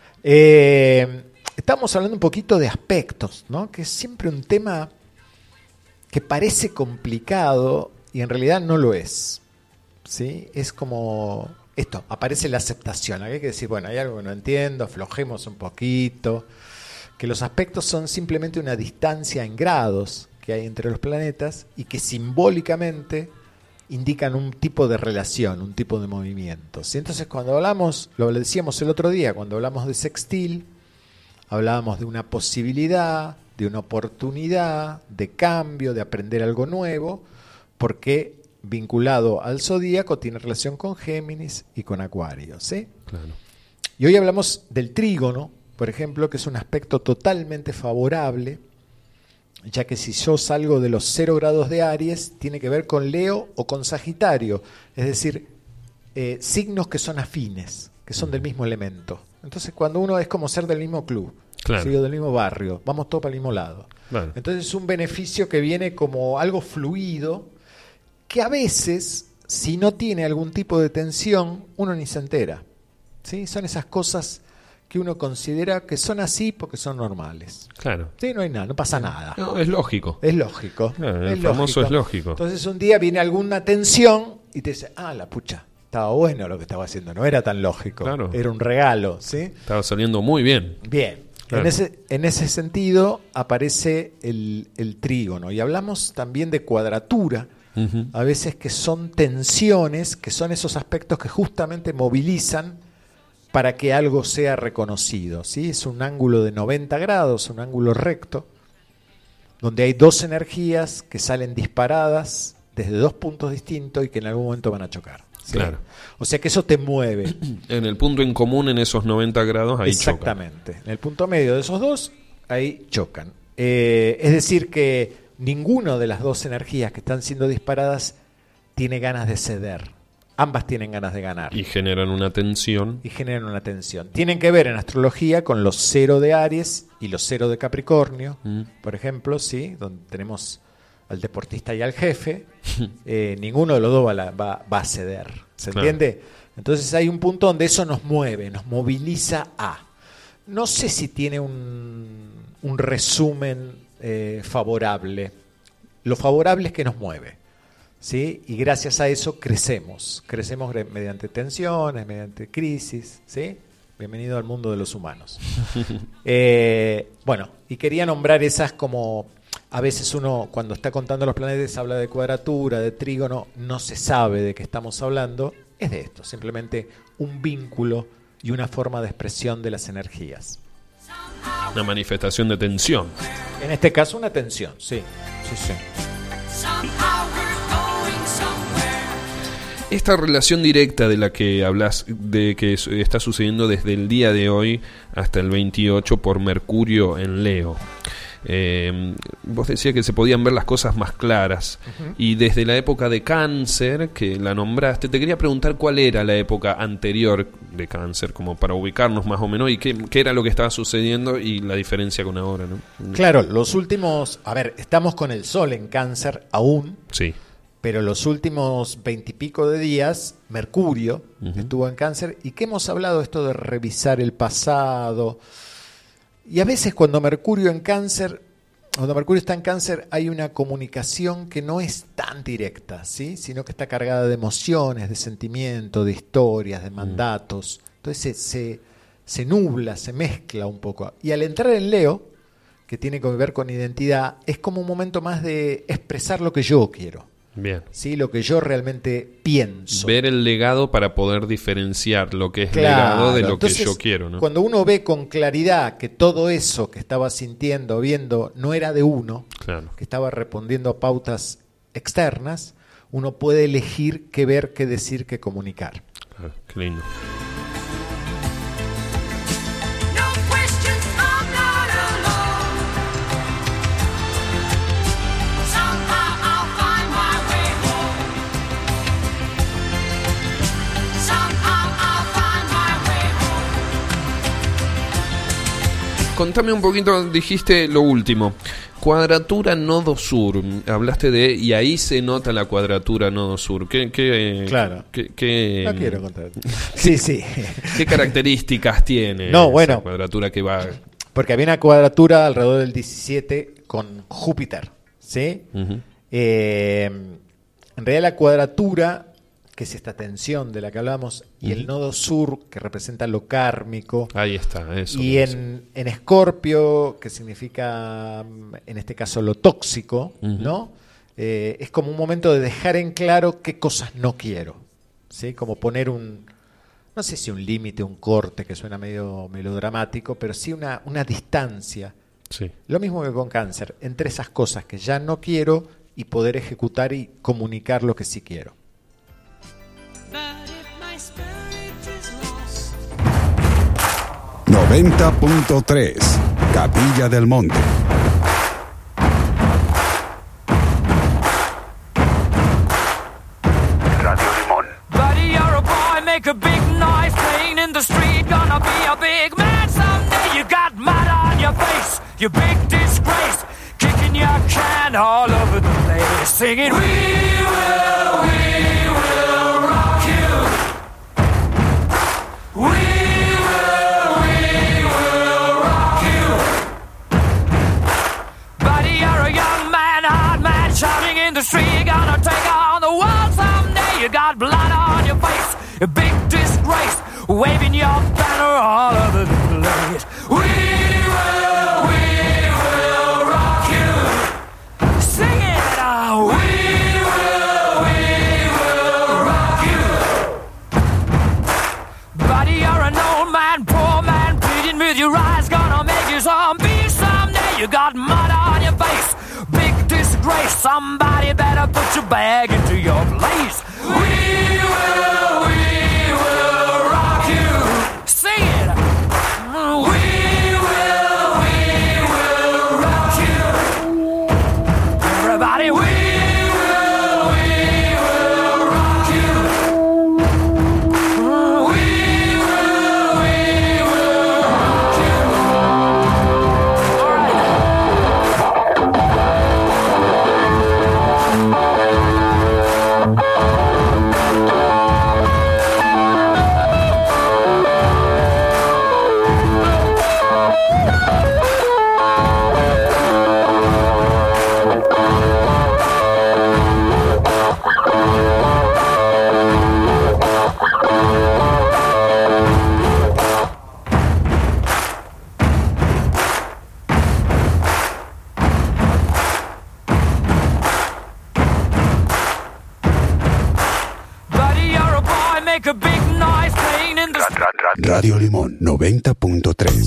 Eh, estamos hablando un poquito de aspectos, ¿no? Que es siempre un tema que parece complicado y en realidad no lo es. ¿Sí? Es como esto, aparece la aceptación. Hay que decir, bueno, hay algo que no entiendo, aflojemos un poquito. Que los aspectos son simplemente una distancia en grados que hay entre los planetas y que simbólicamente indican un tipo de relación, un tipo de movimiento. ¿sí? Entonces, cuando hablamos, lo decíamos el otro día, cuando hablamos de sextil, hablábamos de una posibilidad, de una oportunidad, de cambio, de aprender algo nuevo, porque vinculado al zodíaco tiene relación con Géminis y con Acuario. ¿sí? Claro. Y hoy hablamos del trígono, por ejemplo, que es un aspecto totalmente favorable, ya que si yo salgo de los cero grados de Aries, tiene que ver con Leo o con Sagitario, es decir, eh, signos que son afines, que son del mismo elemento. Entonces, cuando uno es como ser del mismo club, Claro. ¿sí? o del mismo barrio, vamos todos para el mismo lado. Claro. Entonces, es un beneficio que viene como algo fluido, que a veces, si no tiene algún tipo de tensión, uno ni se entera. ¿sí? Son esas cosas que uno considera que son así porque son normales. Claro. Sí, no hay nada, no pasa nada. No, es lógico. Es lógico. Claro, el es famoso es lógico. Entonces un día viene alguna tensión y te dice, ah, la pucha, estaba bueno lo que estaba haciendo, no era tan lógico. Claro. Era un regalo, ¿sí? Estaba saliendo muy bien. Bien. Claro. En ese, en ese sentido aparece el, el trígono. Y hablamos también de cuadratura, Ujú. a veces que son tensiones, que son esos aspectos que justamente movilizan para que algo sea reconocido, ¿sí? Es un ángulo de noventa grados, un ángulo recto, donde hay dos energías que salen disparadas desde dos puntos distintos y que en algún momento van a chocar, ¿sí? Claro. O sea que eso te mueve. En el punto en común, en esos noventa grados, ahí chocan. Exactamente. En el punto medio de esos dos, ahí chocan. Eh, es decir que ninguno de las dos energías que están siendo disparadas tiene ganas de ceder. Ambas tienen ganas de ganar. Y generan una tensión. Y generan una tensión. Tienen que ver en astrología con los cero de Aries y los cero de Capricornio, mm. por ejemplo, sí, donde tenemos al deportista y al jefe. eh, ninguno de los dos va, la, va, va a ceder. ¿Se claro. entiende? Entonces hay un punto donde eso nos mueve, nos moviliza a. No sé si tiene un, un resumen eh, favorable. Lo favorable es que nos mueve, ¿sí? Y gracias a eso crecemos. Crecemos mediante tensiones, mediante crisis, ¿sí? Bienvenido al mundo de los humanos. eh, bueno, y quería nombrar esas como... A veces uno, cuando está contando los planetas, habla de cuadratura, de trígono, no se sabe de qué estamos hablando. Es de esto, simplemente un vínculo y una forma de expresión de las energías. Una manifestación de tensión. En este caso, una tensión, sí. sí, sí. Esta relación directa de la que hablas, de que está sucediendo desde el día de hoy hasta el veintiocho por Mercurio en Leo. Eh, vos decías que se podían ver las cosas más claras. Uh-huh. Y desde la época de Cáncer, que la nombraste, te quería preguntar cuál era la época anterior de Cáncer, como para ubicarnos más o menos, y qué, qué era lo que estaba sucediendo y la diferencia con ahora, ¿no? Claro, los últimos... A ver, estamos con el Sol en Cáncer aún. Sí. Pero los últimos veintipico de días, Mercurio uh-huh. estuvo en Cáncer. ¿Y qué hemos hablado? Esto de revisar el pasado... Y a veces cuando Mercurio en Cáncer, cuando Mercurio está en Cáncer, hay una comunicación que no es tan directa, ¿sí? Sino que está cargada de emociones, de sentimientos, de historias, de mandatos. Entonces se, se, se nubla, se mezcla un poco. Y al entrar en Leo, que tiene que ver con identidad, es como un momento más de expresar lo que yo quiero. Bien. Sí, lo que yo realmente pienso. Ver el legado para poder diferenciar lo que es claro, legado de lo entonces, que yo quiero, ¿no? Cuando uno ve con claridad que todo eso que estaba sintiendo, viendo, no era de uno, claro. que estaba respondiendo a pautas externas, uno puede elegir qué ver, qué decir, qué comunicar. Claro, qué lindo. Contame un poquito, dijiste lo último. Cuadratura nodo sur. Hablaste de, y ahí se nota la cuadratura nodo sur. ¿Qué, qué, claro. qué, qué, no quiero contar. Sí, sí. ¿Qué características tiene no, bueno, esa cuadratura que va? Porque había una cuadratura alrededor del diecisiete con Júpiter, ¿sí? Uh-huh. Eh, en realidad la cuadratura, que es esta tensión de la que hablamos, y uh-huh. el nodo sur, que representa lo kármico. Ahí está, eso. Y en, en Escorpio, que significa, en este caso, lo tóxico, uh-huh. ¿no? Eh, es como un momento de dejar en claro qué cosas no quiero, ¿sí? Como poner un, no sé si un límite, un corte, que suena medio melodramático, pero sí una, una distancia. Sí. Lo mismo que con Cáncer, entre esas cosas que ya no quiero y poder ejecutar y comunicar lo que sí quiero. noventa punto tres Capilla del Monte. Radio Limón. Buddy, you're a boy, make a big noise playing in the street. Gonna be a big man someday. You got mud on your face, you big disgrace. Kicking your can all over the place. Singing, we will, we will rock you. We the street, you're gonna take on the world someday. You got blood on your face, a big disgrace, waving your banner all over the place. We will, we will rock you. Sing it out. We will, we will rock you. Buddy, you're an old Somebody better put your bag into your place. We will, we will rock you. Sing it. We will, we will rock you. Everybody, we will, we will rock you. We will, we will rock you. All right. Buddy, you're a boy, make a big noise playing in the Radio Limón noventa punto tres.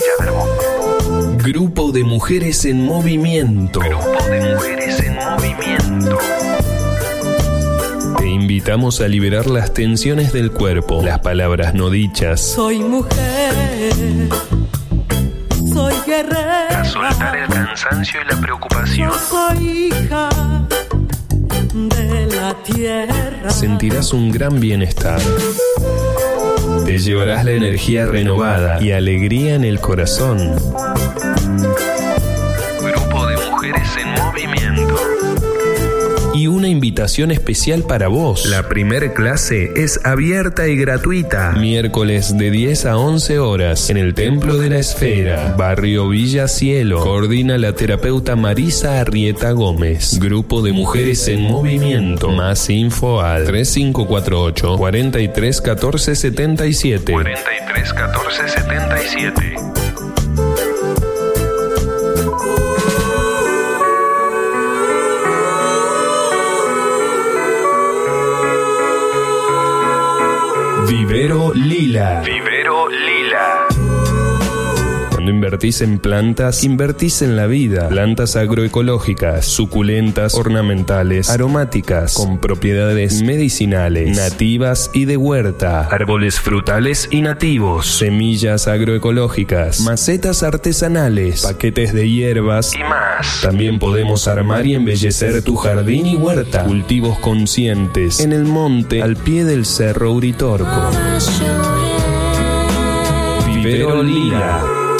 Grupo de mujeres en movimiento. Grupo de mujeres en movimiento. Te invitamos a liberar las tensiones del cuerpo, las palabras no dichas. Soy mujer, soy guerrera. A soltar el cansancio y la preocupación. Yo soy hija de la tierra. Sentirás un gran bienestar. Te llevarás la energía renovada y alegría en el corazón. Grupo de mujeres en movimiento. Y una invitación especial para vos. La primer clase es abierta y gratuita. Miércoles de diez a once horas en el Templo de la Esfera, Barrio Villa Cielo. Coordina la terapeuta Marisa Arrieta Gómez. Grupo de mujeres en movimiento. Más info al tres cinco cuatro ocho, cuatro tres uno cuatro siete siete. cuatro tres uno cuatro siete siete. Vivero Lila. Vivero Lila. Cuando invertís en plantas, invertís en la vida. Plantas agroecológicas, suculentas, ornamentales, aromáticas, con propiedades medicinales, nativas y de huerta. Árboles frutales y nativos. Semillas agroecológicas, macetas artesanales, paquetes de hierbas y más. También podemos armar y embellecer tu jardín y huerta. Cultivos conscientes en el monte, al pie del cerro Uritorco. Vivero Lila.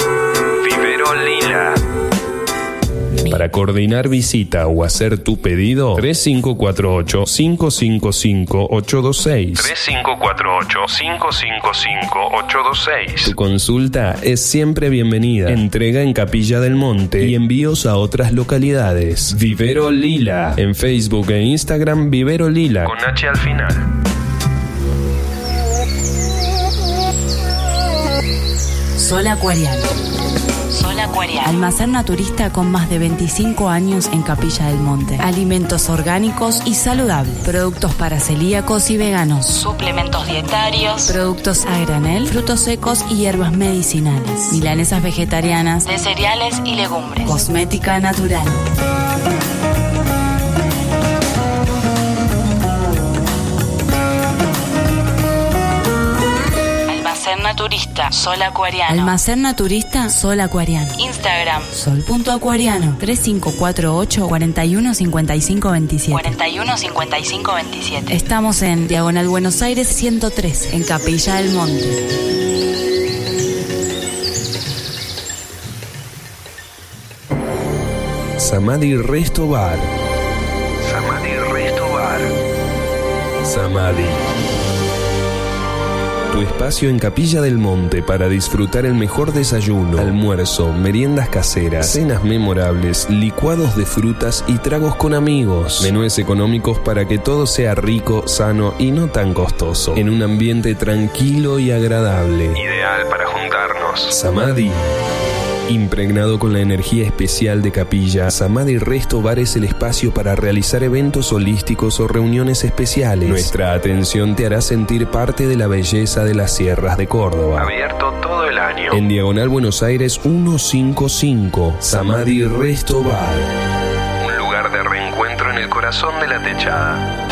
Para coordinar visita o hacer tu pedido, tres cinco cuatro ocho, cinco cinco cinco, ocho dos seis. tres cinco cuatro ocho, cinco cinco cinco, ocho dos seis. Tu consulta es siempre bienvenida. Entrega en Capilla del Monte y envíos a otras localidades. Vivero Lila. En Facebook e Instagram, Vivero Lila. Con H al final. Sol Acuariano. Sol Acuariano. Almacén naturista con más de veinticinco años en Capilla del Monte. Alimentos orgánicos y saludables. Productos para celíacos y veganos. Suplementos dietarios. Productos a granel. Frutos secos y hierbas medicinales. Milanesas vegetarianas. De cereales y legumbres. Cosmética natural. Almacén Naturista, Sol Acuariano. Almacén Naturista, Sol Acuariano. Instagram, sol.acuariano. tres cinco cuatro ocho, cuatro uno cinco cinco dos siete. cuatro uno cinco cinco dos siete. Estamos en Diagonal Buenos Aires ciento tres, en Capilla del Monte. Samadhi Resto Bar. Samadhi Resto Bar. Samadhi. Tu espacio en Capilla del Monte para disfrutar el mejor desayuno, almuerzo, meriendas caseras, cenas memorables, licuados de frutas y tragos con amigos. Menúes económicos para que todo sea rico, sano y no tan costoso. En un ambiente tranquilo y agradable. Ideal para juntarnos. Samadhi. Impregnado con la energía especial de Capilla, Samadhi Resto Bar es el espacio para realizar eventos holísticos o reuniones especiales. Nuestra atención te hará sentir parte de la belleza de las sierras de Córdoba. Abierto todo el año. En Diagonal Buenos Aires ciento cincuenta y cinco, Samadhi Resto Bar. Un lugar de reencuentro en el corazón de la techada.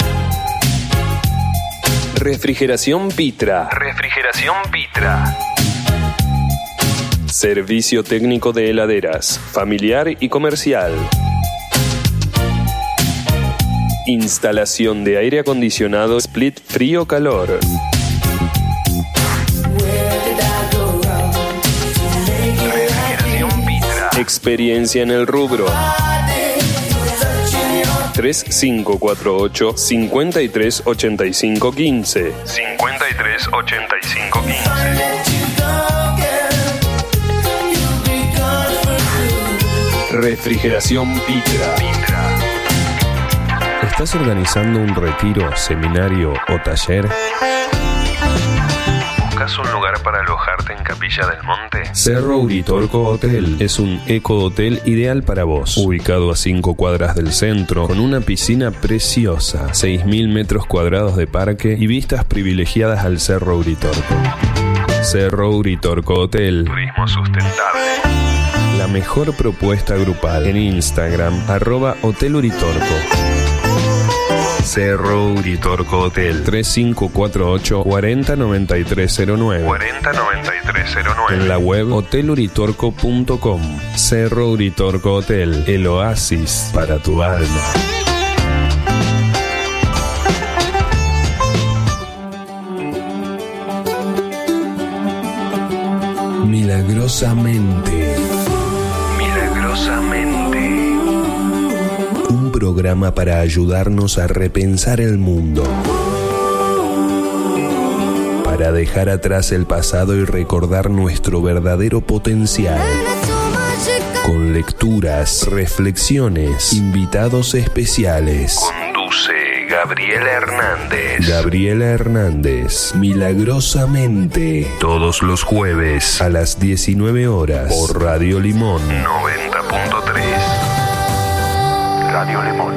Refrigeración Pitra. Refrigeración Pitra. Servicio técnico de heladeras, familiar y comercial. Instalación de aire acondicionado split frío-calor. Refrigeración Pitra. Experiencia en el rubro. tres cinco cuatro ocho, cinco tres ocho cinco uno cinco. cinco tres ocho cinco uno cinco. Refrigeración Pitra. Pitra. ¿Estás organizando un retiro, seminario o taller? ¿Buscas un lugar para alojarte en Capilla del Monte? Cerro Uritorco Hotel es un eco-hotel ideal para vos. Ubicado a cinco cuadras del centro, con una piscina preciosa, seis mil metros cuadrados de parque y vistas privilegiadas al Cerro Uritorco. Cerro Uritorco Hotel. Turismo sustentable. La mejor propuesta grupal. En Instagram, arroba Hotel Uritorco. Cerro Uritorco Hotel. tres cinco cuatro ocho, cuatro cero nueve tres cero nueve. cuatro cero nueve tres cero nueve. En la web hotel uritorco punto com. Cerro Uritorco Hotel. El oasis para tu alma. Milagrosamente. Milagrosamente. Un programa para ayudarnos a repensar el mundo. Para dejar atrás el pasado y recordar nuestro verdadero potencial. Con lecturas, reflexiones, invitados especiales. Conduce Gabriela Hernández. Gabriela Hernández. Milagrosamente. Todos los jueves a las diecinueve horas por Radio Limón noventa punto tres. Radio Limón.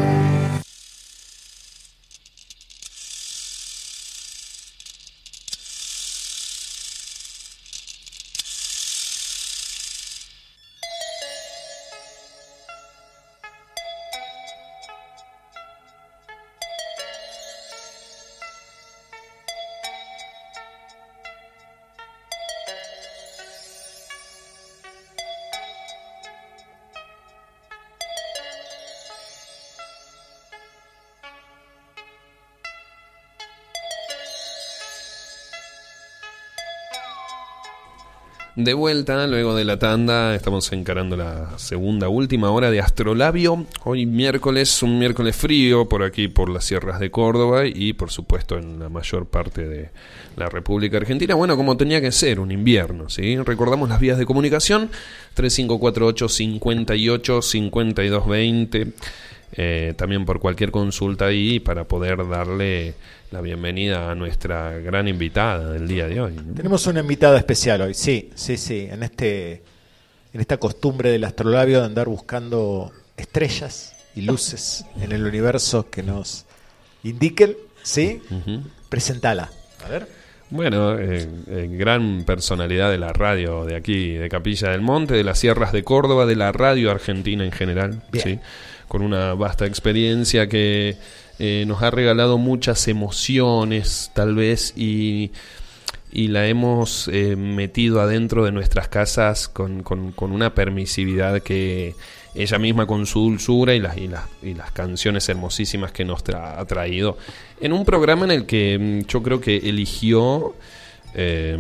De vuelta, luego de la tanda, estamos encarando la segunda, última hora de Astrolabio. Hoy miércoles, un miércoles frío por aquí, por las sierras de Córdoba y por supuesto en la mayor parte de la República Argentina. Bueno, como tenía que ser, un invierno, ¿sí? Recordamos las vías de comunicación, tres cinco cuatro ocho, cinco ocho, cinco dos dos cero. Eh, también por cualquier consulta ahí para poder darle la bienvenida a nuestra gran invitada del día de hoy, ¿no? Tenemos una invitada especial hoy, sí, sí, sí, en este, en esta costumbre del astrolabio de andar buscando estrellas y luces en el universo que nos indiquen, ¿sí? Uh-huh. Presentala, a ver. Bueno, eh, eh, gran personalidad de la radio de aquí, de Capilla del Monte, de las sierras de Córdoba, de la radio argentina en general, ¿sí? Con una vasta experiencia que eh, nos ha regalado muchas emociones, tal vez, y, y la hemos eh, metido adentro de nuestras casas con, con, con una permisividad que ella misma, con su dulzura y las, y las, y las canciones hermosísimas que nos tra- ha traído, en un programa en el que yo creo que eligió... Eh,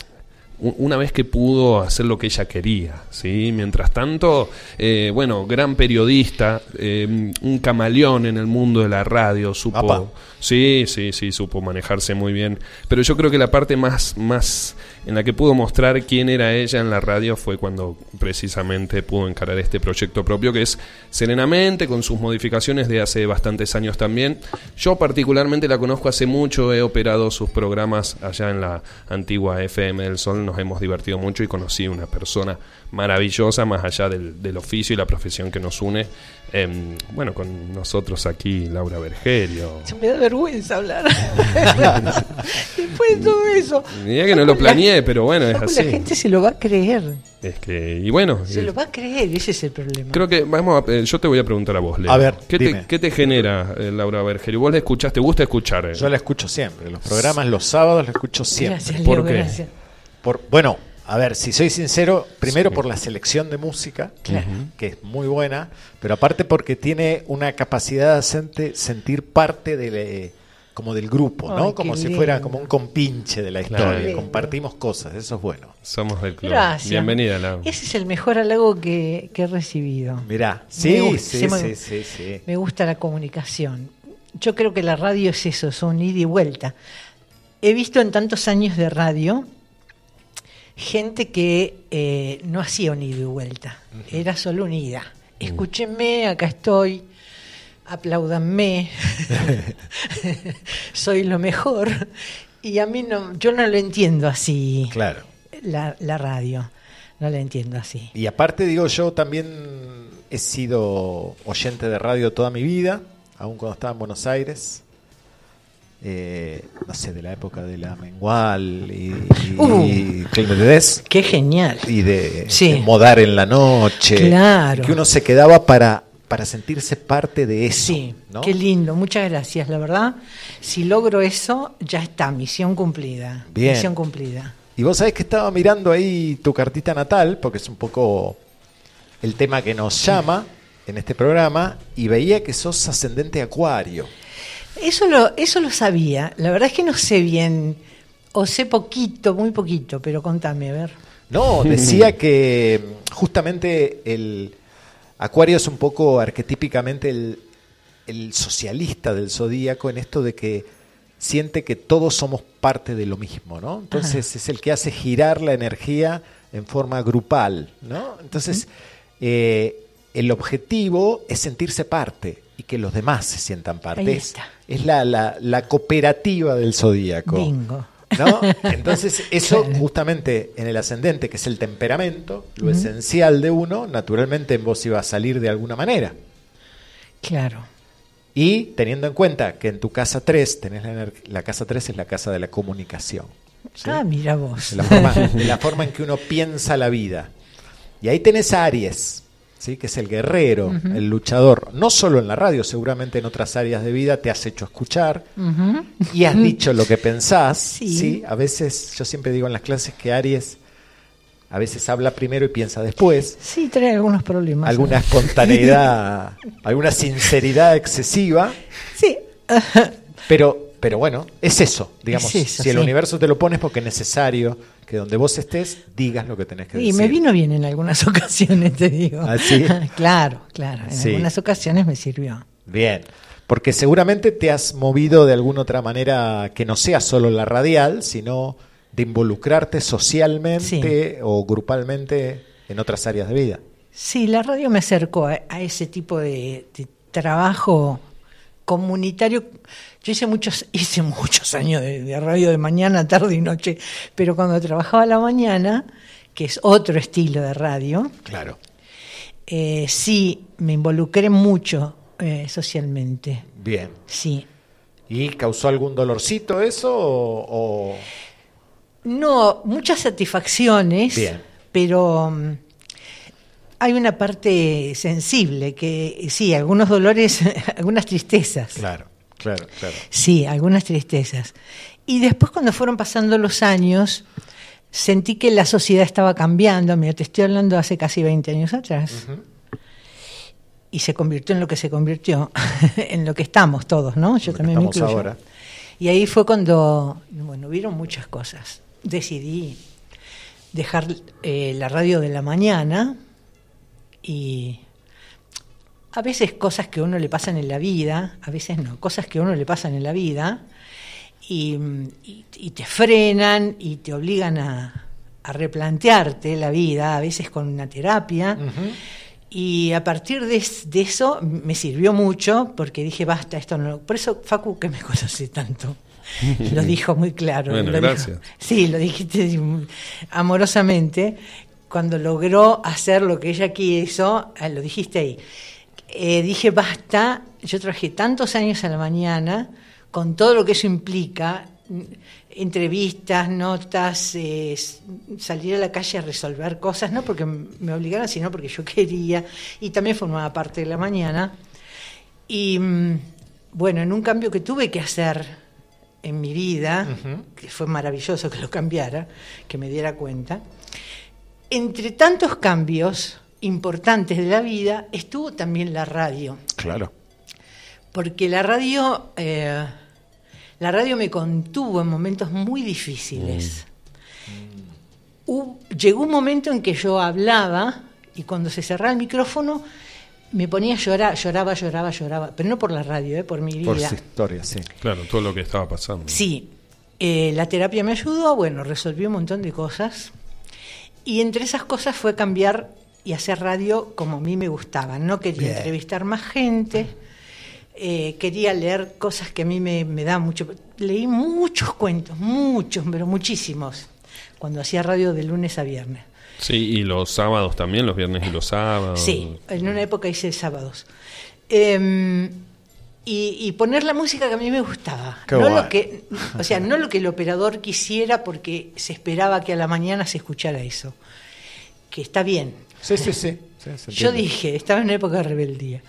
una vez que pudo hacer lo que ella quería, ¿sí? Mientras tanto, eh, bueno, gran periodista, eh, un camaleón en el mundo de la radio, supo, Apa. sí, sí, sí, supo manejarse muy bien. Pero yo creo que la parte más, más en la que pudo mostrar quién era ella en la radio fue cuando precisamente pudo encarar este proyecto propio, que es Serenamente, con sus modificaciones de hace bastantes años también. Yo particularmente la conozco hace mucho, he operado sus programas allá en la antigua F M del Sol nos hemos divertido mucho y conocí una persona maravillosa, más allá del, del oficio y la profesión que nos une. Eh, bueno, con nosotros aquí Laura Bergerio. Me da vergüenza hablar. Después de todo eso. Mira que no lo planeé, pero bueno, es así. La gente se lo va a creer. Es que, y bueno. Se lo va a creer, ese es el problema. Creo que vamos a, eh, yo te voy a preguntar a vos, Leo. A ver, ¿Qué dime. te, ¿qué te genera eh, Laura Bergerio? ¿Vos la escuchás? ¿Te gusta escuchar? Eh? Yo la escucho siempre. Los programas los sábados la escucho siempre. Gracias, ¿Por Leo, qué? gracias. Por, bueno, a ver, si soy sincero, primero Sí. por la selección de música, Claro. que es muy buena, pero aparte porque tiene una capacidad de hacerte sentir parte de, como del grupo, ¿no? Ay, Como qué si fuera lindo. como un compinche de la Claro. historia. Qué Compartimos cosas, eso es bueno. Somos del club. Gracias. Bienvenida, Laura. Ese es el mejor halago que, que he recibido. Mirá, Me sí, gusta, sí, se me- sí, sí, sí. Me gusta la comunicación. Yo creo que la radio es eso, son ida y vuelta. He visto en tantos años de radio gente que eh, no hacía un ida y vuelta, era solo un ida. Escúchenme, acá estoy, apláudanme, soy lo mejor. Y a mí no, yo no lo entiendo así, Claro. la, la radio, no la entiendo así. Y aparte, digo, yo también he sido oyente de radio toda mi vida, aun cuando estaba en Buenos Aires. Eh, no sé, de la época de la Mengual y, y, Uh. y Clima de Des, Qué genial. y de, Sí. de Modar en la noche. Claro. Que uno se quedaba para, para sentirse parte de eso. Sí, ¿no? qué lindo, muchas gracias, la verdad. Si logro eso, ya está, misión cumplida. Bien. Misión cumplida. Y vos sabés que estaba mirando ahí tu cartita natal, porque es un poco el tema que nos llama en este programa, y veía que sos ascendente Acuario. Eso lo, eso lo sabía. La verdad es que no sé bien, o sé poquito, muy poquito, pero contame, a ver. No, decía que justamente el Acuario es un poco arquetípicamente el, el socialista del zodíaco en esto de que siente que todos somos parte de lo mismo, ¿no? Entonces es el que hace girar la energía en forma grupal, ¿no? Entonces eh, el objetivo es sentirse parte y que los demás se sientan parte. Ahí Es- está. Es la, la, la cooperativa del zodíaco. Bingo. ¿No? Entonces, eso Claro. justamente en el ascendente, que es el temperamento, lo esencial de uno, naturalmente en vos iba a salir de alguna manera. Claro. Y teniendo en cuenta que en tu casa tres, tenés la, ener- la casa tres es la casa de la comunicación. ¿sí? Ah, mira vos. De la, forma, de la forma en que uno piensa la vida. Y ahí tenés a Aries, ¿sí? Que es el guerrero, el luchador. No solo en la radio, seguramente en otras áreas de vida te has hecho escuchar Ujú. y has dicho lo que pensás. Sí. ¿sí? A veces, yo siempre digo en las clases que Aries a veces habla primero y piensa después. Sí, trae algunos problemas. Alguna espontaneidad, alguna sinceridad excesiva. Sí. Pero, pero bueno, es eso, digamos. Es eso, si el sí. universo te lo pones porque es necesario que donde vos estés digas lo que tenés que Y decir. me vino bien en algunas ocasiones, te digo. ¿Ah, sí? Claro, claro. En Sí. algunas ocasiones me sirvió. Bien, porque seguramente te has movido de alguna otra manera que no sea solo la radial, sino de involucrarte socialmente o grupalmente en otras áreas de vida. Sí, la radio me acercó a, a ese tipo de, de trabajo comunitario. Yo hice muchos, hice muchos años de, de radio de mañana, tarde y noche, pero cuando trabajaba a la mañana, que es otro estilo de radio, Claro. eh, sí me involucré mucho eh, socialmente. Bien. Sí. ¿Y causó algún dolorcito eso o...? o- No, muchas satisfacciones, Bien. pero mm, hay una parte sensible que sí, algunos dolores, algunas tristezas. Claro, claro, claro. Sí, algunas tristezas. Y después cuando fueron pasando los años, sentí que la sociedad estaba cambiando. Mira, te estoy hablando hace casi veinte años atrás. Ujú. Y se convirtió en lo que se convirtió, en lo que estamos todos, ¿no? Yo Lo que también me estamos incluyo. ahora. Y ahí fue cuando, bueno, hubieron muchas cosas. Decidí dejar eh, la radio de la mañana y a veces cosas que a uno le pasan en la vida, a veces no, cosas que a uno le pasan en la vida y, y, y te frenan y te obligan a, a replantearte la vida, a veces con una terapia. Ujú. Y a partir de, de eso me sirvió mucho porque dije, basta, esto no. Por eso, Facu, que me conoce tanto, Lo dijo muy claro. Bueno, lo gracias. dijo- sí, lo dijiste amorosamente. Cuando logró hacer lo que ella quiso, eh, lo dijiste ahí. Eh, dije, basta, yo trabajé tantos años a la mañana, con todo lo que eso implica, n- entrevistas, notas, eh, s- salir a la calle a resolver cosas, no porque m- me obligaran, sino porque yo quería, y también formaba parte de la mañana. Y mm, bueno, en un cambio que tuve que hacer en mi vida, que fue maravilloso que lo cambiara, que me diera cuenta, entre tantos cambios importantes de la vida estuvo también la radio, Claro. porque la radio, eh, la radio me contuvo en momentos muy difíciles. Hu- llegó un momento en que yo hablaba y cuando se cerraba el micrófono me ponía a llorar, lloraba, lloraba, lloraba, pero no por la radio, eh, por mi vida. Por su historia, sí. Claro, todo lo que estaba pasando. Sí, eh, la terapia me ayudó, bueno, resolví un montón de cosas y entre esas cosas fue cambiar y hacer radio como a mí me gustaba. No quería Bien. entrevistar más gente, eh, quería leer cosas que a mí me, me da mucho. Leí muchos cuentos, muchos, pero muchísimos, cuando hacía radio de lunes a viernes. Sí, y los sábados también, los viernes y los sábados. Sí, en una época hice sábados. Eh, y, y poner la música que a mí me gustaba. Qué no bueno. lo que, o sea, no lo que el operador quisiera porque se esperaba que a la mañana se escuchara eso. Que está bien. Sí, sí, sí. Sí, se Yo entiende. dije, estaba en una época de rebeldía.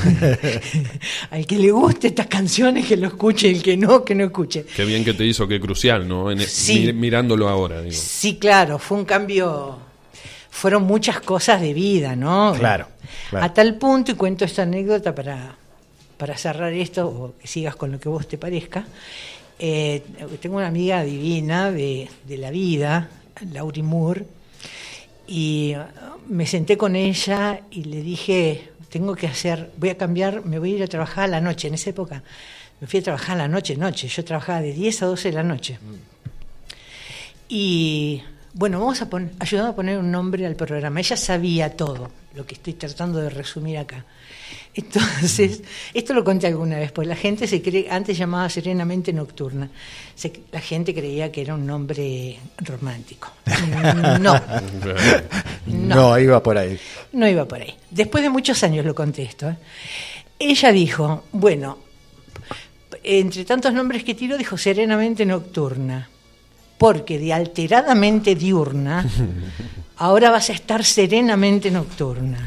Al que le guste estas canciones, que lo escuche, el que no, que no escuche. Qué bien que te hizo, qué crucial, ¿no? En- Sí. mir- mirándolo ahora, digo. Sí, claro, fue un cambio, fueron muchas cosas de vida, ¿no? Claro, claro. A tal punto, y cuento esta anécdota para, para cerrar esto, o que sigas con lo que vos te parezca. Eh, tengo una amiga divina de, de la vida, Lauri Moore, y me senté con ella y le dije, tengo que hacer, voy a cambiar, me voy a ir a trabajar a la noche. En esa época me fui a trabajar a la noche, noche. Yo trabajaba de diez a doce de la noche. Y bueno, vamos a poner, ayudando a poner un nombre al programa. Ella sabía todo, lo que estoy tratando de resumir acá. Entonces, esto lo conté alguna vez, pues la gente se cree, antes llamaba Serenamente Nocturna, se, la gente creía que era un nombre romántico. No, No, no, iba por ahí. no iba por ahí. Después de muchos años lo contesto. ¿eh? Ella dijo, bueno, entre tantos nombres que tiró, dijo Serenamente Nocturna, porque de alteradamente diurna, ahora vas a estar serenamente nocturna.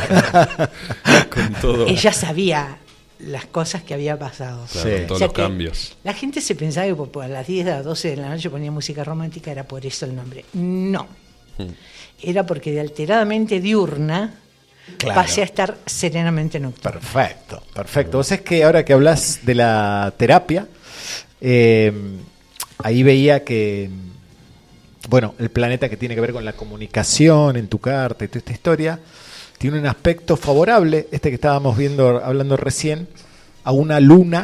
Con todo. Ella sabía las cosas que había pasado. Claro, Sí. con todos O sea los que cambios. La gente se pensaba que por, por a las diez a las doce de la noche ponía música romántica, era por eso el nombre. No. Era porque de alteradamente diurna Claro. pasé a estar serenamente nocturna. Perfecto, perfecto. Vos es que ahora que hablas de la terapia, eh, ahí veía que, bueno, el planeta que tiene que ver con la comunicación en tu carta y toda esta historia, tiene un aspecto favorable, este que estábamos viendo, hablando recién, a una luna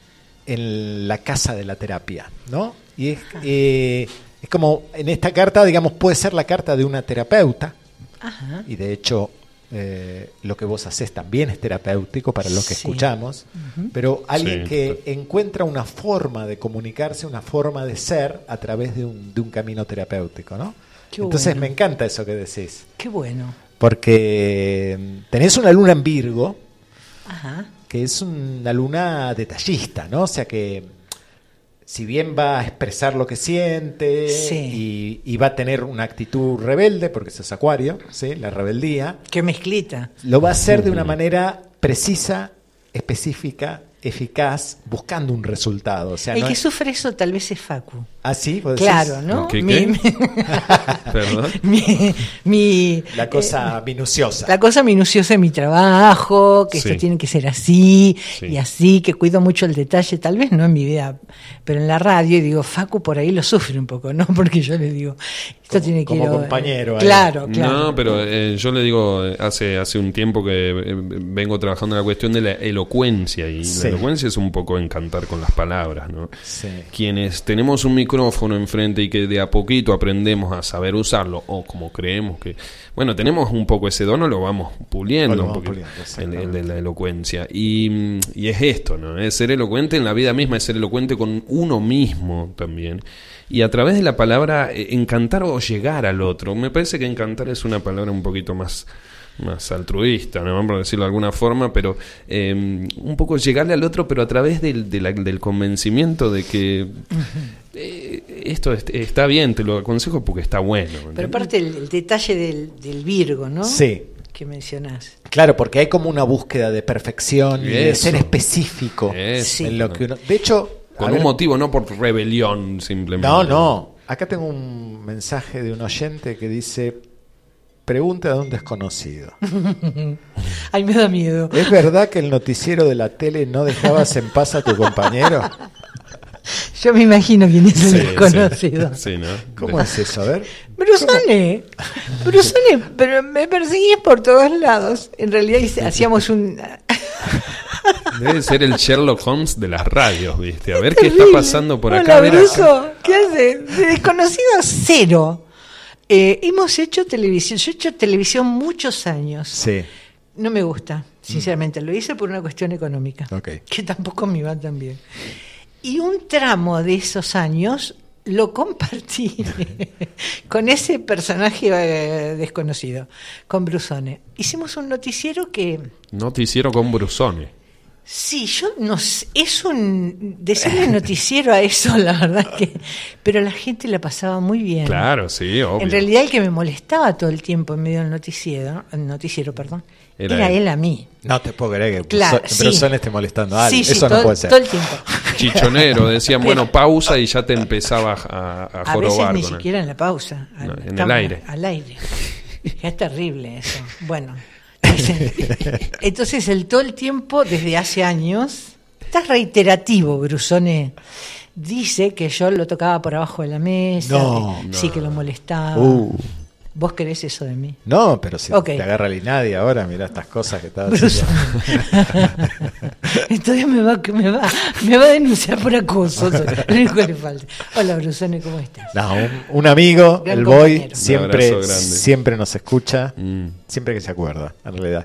en la casa de la terapia, ¿no? Y es, eh, es como, en esta carta, digamos, puede ser la carta de una terapeuta, Ajá. y de hecho eh, lo que vos haces también es terapéutico para los que Sí. escuchamos, pero alguien Sí, que encuentra una forma de comunicarse, una forma de ser a través de un, de un camino terapéutico, ¿no? Qué Entonces bueno. me encanta eso que decís, Qué bueno. porque tenés una luna en Virgo, Ajá. que es una luna detallista, ¿no? O sea que si bien va a expresar lo que siente Sí. y, y va a tener una actitud rebelde, porque eso es Acuario, ¿sí? La rebeldía, Qué mezclita. lo va a hacer de una manera precisa, específica, eficaz, buscando un resultado. O sea, El no que es- sufre eso tal vez es Facu. ¿Ah, sí? ¿Vos decís? Claro, ¿no? ¿Qué, Mi- qué? mi- Perdón. mi, mi- La cosa minuciosa. la cosa minuciosa de mi trabajo, que Sí. esto tiene que ser así Sí. y así, que cuido mucho el detalle, tal vez no en mi vida, pero en la radio, y digo, Facu por ahí lo sufre un poco, ¿no? Porque yo le digo, esto Como- tiene que como ir. compañero ahí. Claro, claro. No, pero eh, yo le digo, eh, hace hace un tiempo que eh, vengo trabajando en la cuestión de la elocuencia y Sí. Sí. elocuencia es un poco encantar con las palabras, ¿no? Sí. Quienes tenemos un micrófono enfrente y que de a poquito aprendemos a saber usarlo, o como creemos que... Bueno, tenemos un poco ese don, o lo vamos puliendo, O lo un vamos poquito, puliendo, el, el de la elocuencia. Y, y es esto, ¿no? Es ser elocuente en la vida misma, es ser elocuente con uno mismo también. Y a través de la palabra eh, encantar o llegar al otro. Me parece que encantar es una palabra un poquito más... más altruista, ¿no? Vamos a decirlo de alguna forma, pero eh, un poco llegarle al otro, pero a través del, de la, del convencimiento de que eh, esto est- está bien, te lo aconsejo porque está bueno. Pero ¿entendés? aparte el, el detalle del, del Virgo, ¿no? Sí. Que mencionás. Claro, porque hay como una búsqueda de perfección y de Eso. ser específico Eso. en lo que uno... De hecho... a Con ver, un motivo, no por rebelión simplemente. No, no. Acá tengo un mensaje de un oyente que dice... Pregunta de un desconocido. Ay, me da miedo. ¿Es verdad que el noticiero de la tele no dejabas en paz a tu compañero? Yo me imagino quién es el Sí, desconocido. Sí, sí, ¿no? ¿Cómo es eso? A ver. Brusone, Brusone, pero me perseguías por todos lados. En realidad hice- hacíamos un... Debe ser el Sherlock Holmes de las radios, ¿viste? A ver qué Terrible. está pasando por acá. Hola, a ver Bruso, ¿qué hace? De desconocido cero. Eh, hemos hecho televisión, yo he hecho televisión muchos años. Sí. No me gusta, sinceramente. Lo hice por una cuestión económica, Ok. que tampoco me va tan bien. Y un tramo de esos años lo compartí con ese personaje eh, desconocido, con Brusone. Hicimos un noticiero que... Noticiero con Brusone. Sí, yo no sé, es un... Decirle noticiero a eso, la verdad que... Pero la gente la pasaba muy bien. Claro, sí, obvio. En realidad el que me molestaba todo el tiempo en medio del noticiero, el noticiero, perdón, Era era, él. él a mí. No te puedo creer que Claro, Bruso- sí. Brusone esté molestando a alguien. Sí, sí, Eso todo, no puede ser. todo el tiempo. Chichonero, decían, bueno, pausa y ya te empezaba a, a A veces jorobar ni con él. siquiera en la pausa. No, Al- en el estamos aire. Al aire. Es terrible eso. Bueno. Entonces, el todo el tiempo, desde hace años, está reiterativo, Brusone. Dice que yo lo tocaba por abajo de la mesa, No, que, sí que lo molestaba. Uh. ¿Vos querés eso de mí? No, pero si Ok. te agarra el INADI ahora, mira estas cosas que estás Bruso. haciendo. Entonces me va, me va, me va a denunciar por acoso. Lo único que le falta. Hola, Brusone, ¿cómo estás? No, un, un amigo, Gran el Boy, compañero. Un siempre, abrazo grande. siempre nos escucha, Mm. siempre que se acuerda, en realidad.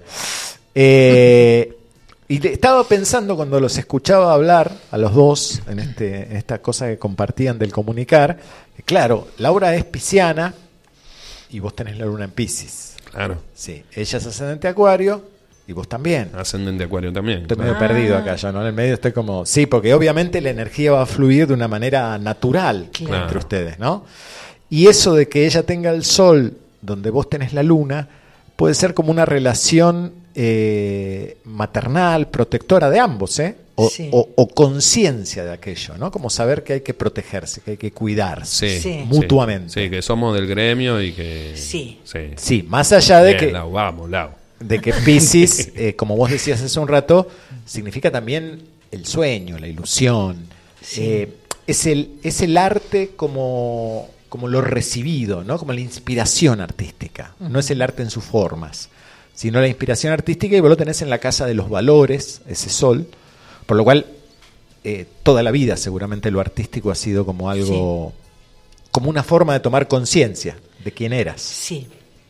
Eh, y le- estaba pensando cuando los escuchaba hablar a los dos en, este, en esta cosa que compartían del comunicar, que claro, Laura es pisciana y vos tenés la luna en Piscis. Claro, Sí, ella es ascendente Acuario y vos también. ascendente Acuario también. Estoy claro. medio perdido acá, yo, ¿no? En el medio estoy como... Sí, porque obviamente la energía va a fluir de una manera natural Claro. entre ustedes, ¿no? Y eso de que ella tenga el sol donde vos tenés la luna, puede ser como una relación eh, maternal, protectora de ambos, ¿eh? O, Sí. o- o conciencia de aquello, ¿no? Como saber que hay que protegerse, que hay que cuidarse. Sí, Sí. Mutuamente. Sí, que somos del gremio y que... Sí. Sí, Sí, más allá de Bien, que... Lau, vamos, Lau. de que Piscis, eh, como vos decías hace un rato, significa también el sueño, la ilusión. Sí. Eh, es, el, es el arte como, como lo recibido, ¿no? Como la inspiración artística. No es el arte en sus formas, sino la inspiración artística, y vos lo tenés en la casa de los valores, ese sol, por lo cual eh, toda la vida seguramente lo artístico ha sido como algo, como una forma de tomar conciencia de quién eras. Sí.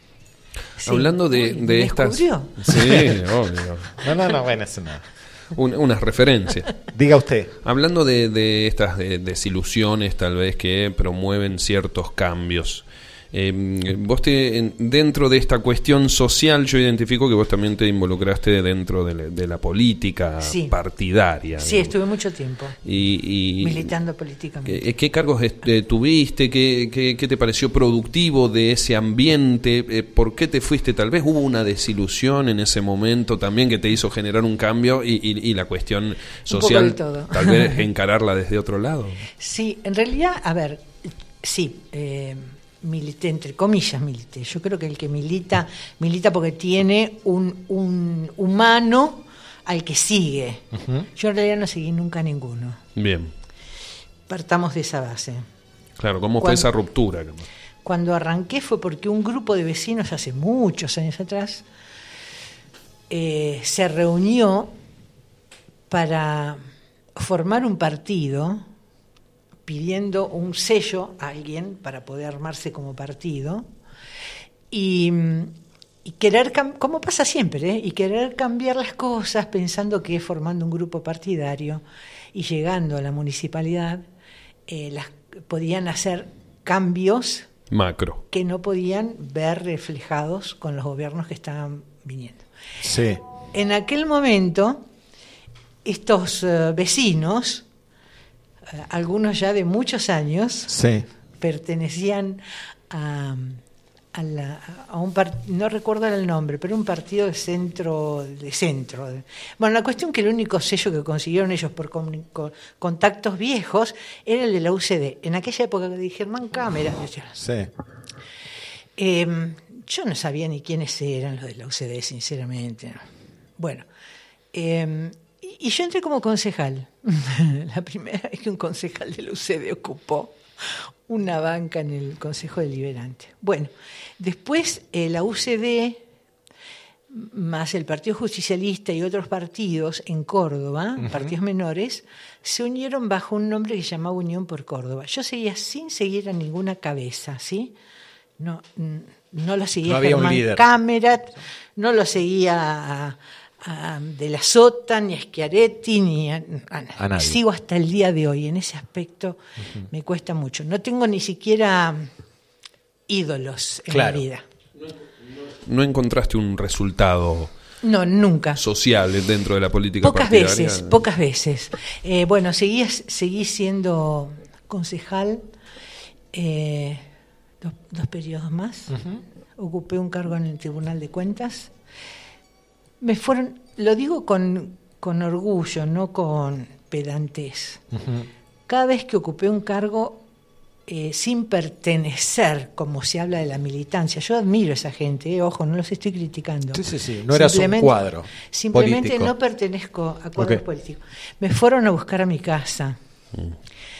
Sí. Hablando de, Uy, de ¿me estas... descubrió? Sí, obvio. No, no, no, bueno, eso no. Un- unas referencias. Diga usted. Hablando de, de estas de- desilusiones tal vez que promueven ciertos cambios, eh, vos te, en- dentro de esta cuestión social yo identifico que vos también te involucraste dentro de la, de la política Sí. partidaria. Sí, digamos. estuve mucho tiempo Y, y- militando políticamente. ¿Qué, qué cargos est- eh, tuviste? ¿Qué, qué, qué te pareció productivo de ese ambiente? Eh, ¿Por qué te fuiste? Tal vez hubo una desilusión en ese momento también que te hizo generar un cambio y, y- y la cuestión poco social, de todo. tal vez encararla desde otro lado. Sí, en realidad, a ver, sí, eh, milité, entre comillas milité. Yo creo que el que milita, milita porque tiene un, un humano al que sigue. Yo en realidad no seguí nunca a ninguno. Bien, Partamos de esa base. claro, ¿cómo fue Cuando- esa ruptura? Cuando arranqué fue porque un grupo de vecinos hace muchos años atrás eh, se reunió para formar un partido, pidiendo un sello a alguien para poder armarse como partido, y, y querer, cam- como pasa siempre, ¿eh? y querer cambiar las cosas pensando que formando un grupo partidario y llegando a la municipalidad, eh, las, podían hacer cambios Macro. que no podían ver reflejados con los gobiernos que estaban viniendo. Sí. En aquel momento, estos uh, vecinos, uh, algunos ya de muchos años, Sí. pertenecían a, a, la, a un partido, no recuerdo el nombre, pero un partido de centro. De centro. Bueno, la cuestión que el único sello que consiguieron ellos por con, con, contactos viejos era el de la U C D. En aquella época de Germán Cámara. Sí. Eh, yo no sabía ni quiénes eran los de la U C D, sinceramente. Bueno, eh, y yo entré como concejal. La primera vez que un concejal de la U C D ocupó una banca en el Consejo Deliberante. Bueno, después eh, la U C D, más el Partido Justicialista y otros partidos en Córdoba, uh-huh. partidos menores, se unieron bajo un nombre que se llamaba Unión por Córdoba. Yo seguía sin seguir a ninguna cabeza, ¿sí? No, no lo seguía no Germán Cámara, no lo seguía a, a De la Sota, ni a Schiaretti, ni a, a, a nadie. Sigo hasta el día de hoy. En ese aspecto uh-huh. me cuesta mucho. No tengo ni siquiera ídolos en claro. la vida. ¿No encontraste un resultado no, nunca. social dentro de la política pocas partidaria? Veces, pocas veces. Eh, bueno, seguí, seguí siendo concejal eh, dos, dos periodos más. Uh-huh. Ocupé un cargo en el Tribunal de Cuentas. Me fueron, lo digo con, con orgullo, no con pedantez. Uh-huh. Cada vez que ocupé un cargo Eh, sin pertenecer, como se habla de la militancia. Yo admiro a esa gente, eh, ojo, no los estoy criticando. Sí, sí, sí, no eras un cuadro Simplemente político. No pertenezco a cuadros okay. políticos. Me fueron a buscar a mi casa mm.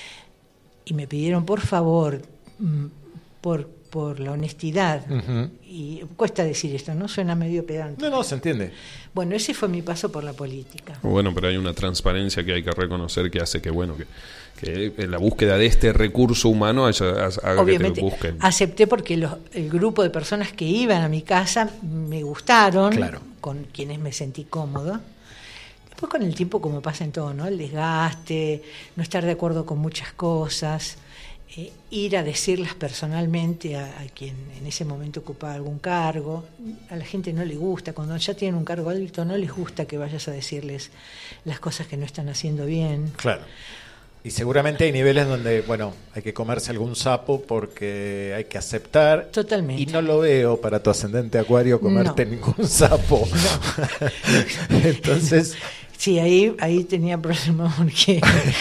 y me pidieron, por favor, mm, por, por la honestidad, uh-huh. y cuesta decir esto, ¿no? Suena medio pedante. No, no, se entiende. Bueno, ese fue mi paso por la política. Bueno, pero hay una transparencia que hay que reconocer que hace que, bueno, que que la búsqueda de este recurso humano haya, haga Obviamente, que te busquen. Acepté porque los, el grupo de personas que iban a mi casa me gustaron, claro. con quienes me sentí cómoda. Después con el tiempo, como pasa en todo, ¿no? El desgaste, no estar de acuerdo con muchas cosas, eh, ir a decirlas personalmente a, a quien en ese momento ocupaba algún cargo. A la gente no le gusta, cuando ya tienen un cargo alto, no les gusta que vayas a decirles las cosas que no están haciendo bien. Claro. Y seguramente hay niveles donde, bueno, hay que comerse algún sapo porque hay que aceptar. Totalmente. Y no lo veo para tu ascendente Acuario comerte no. ningún sapo. No. Entonces... Sí, ahí, ahí tenía problemas porque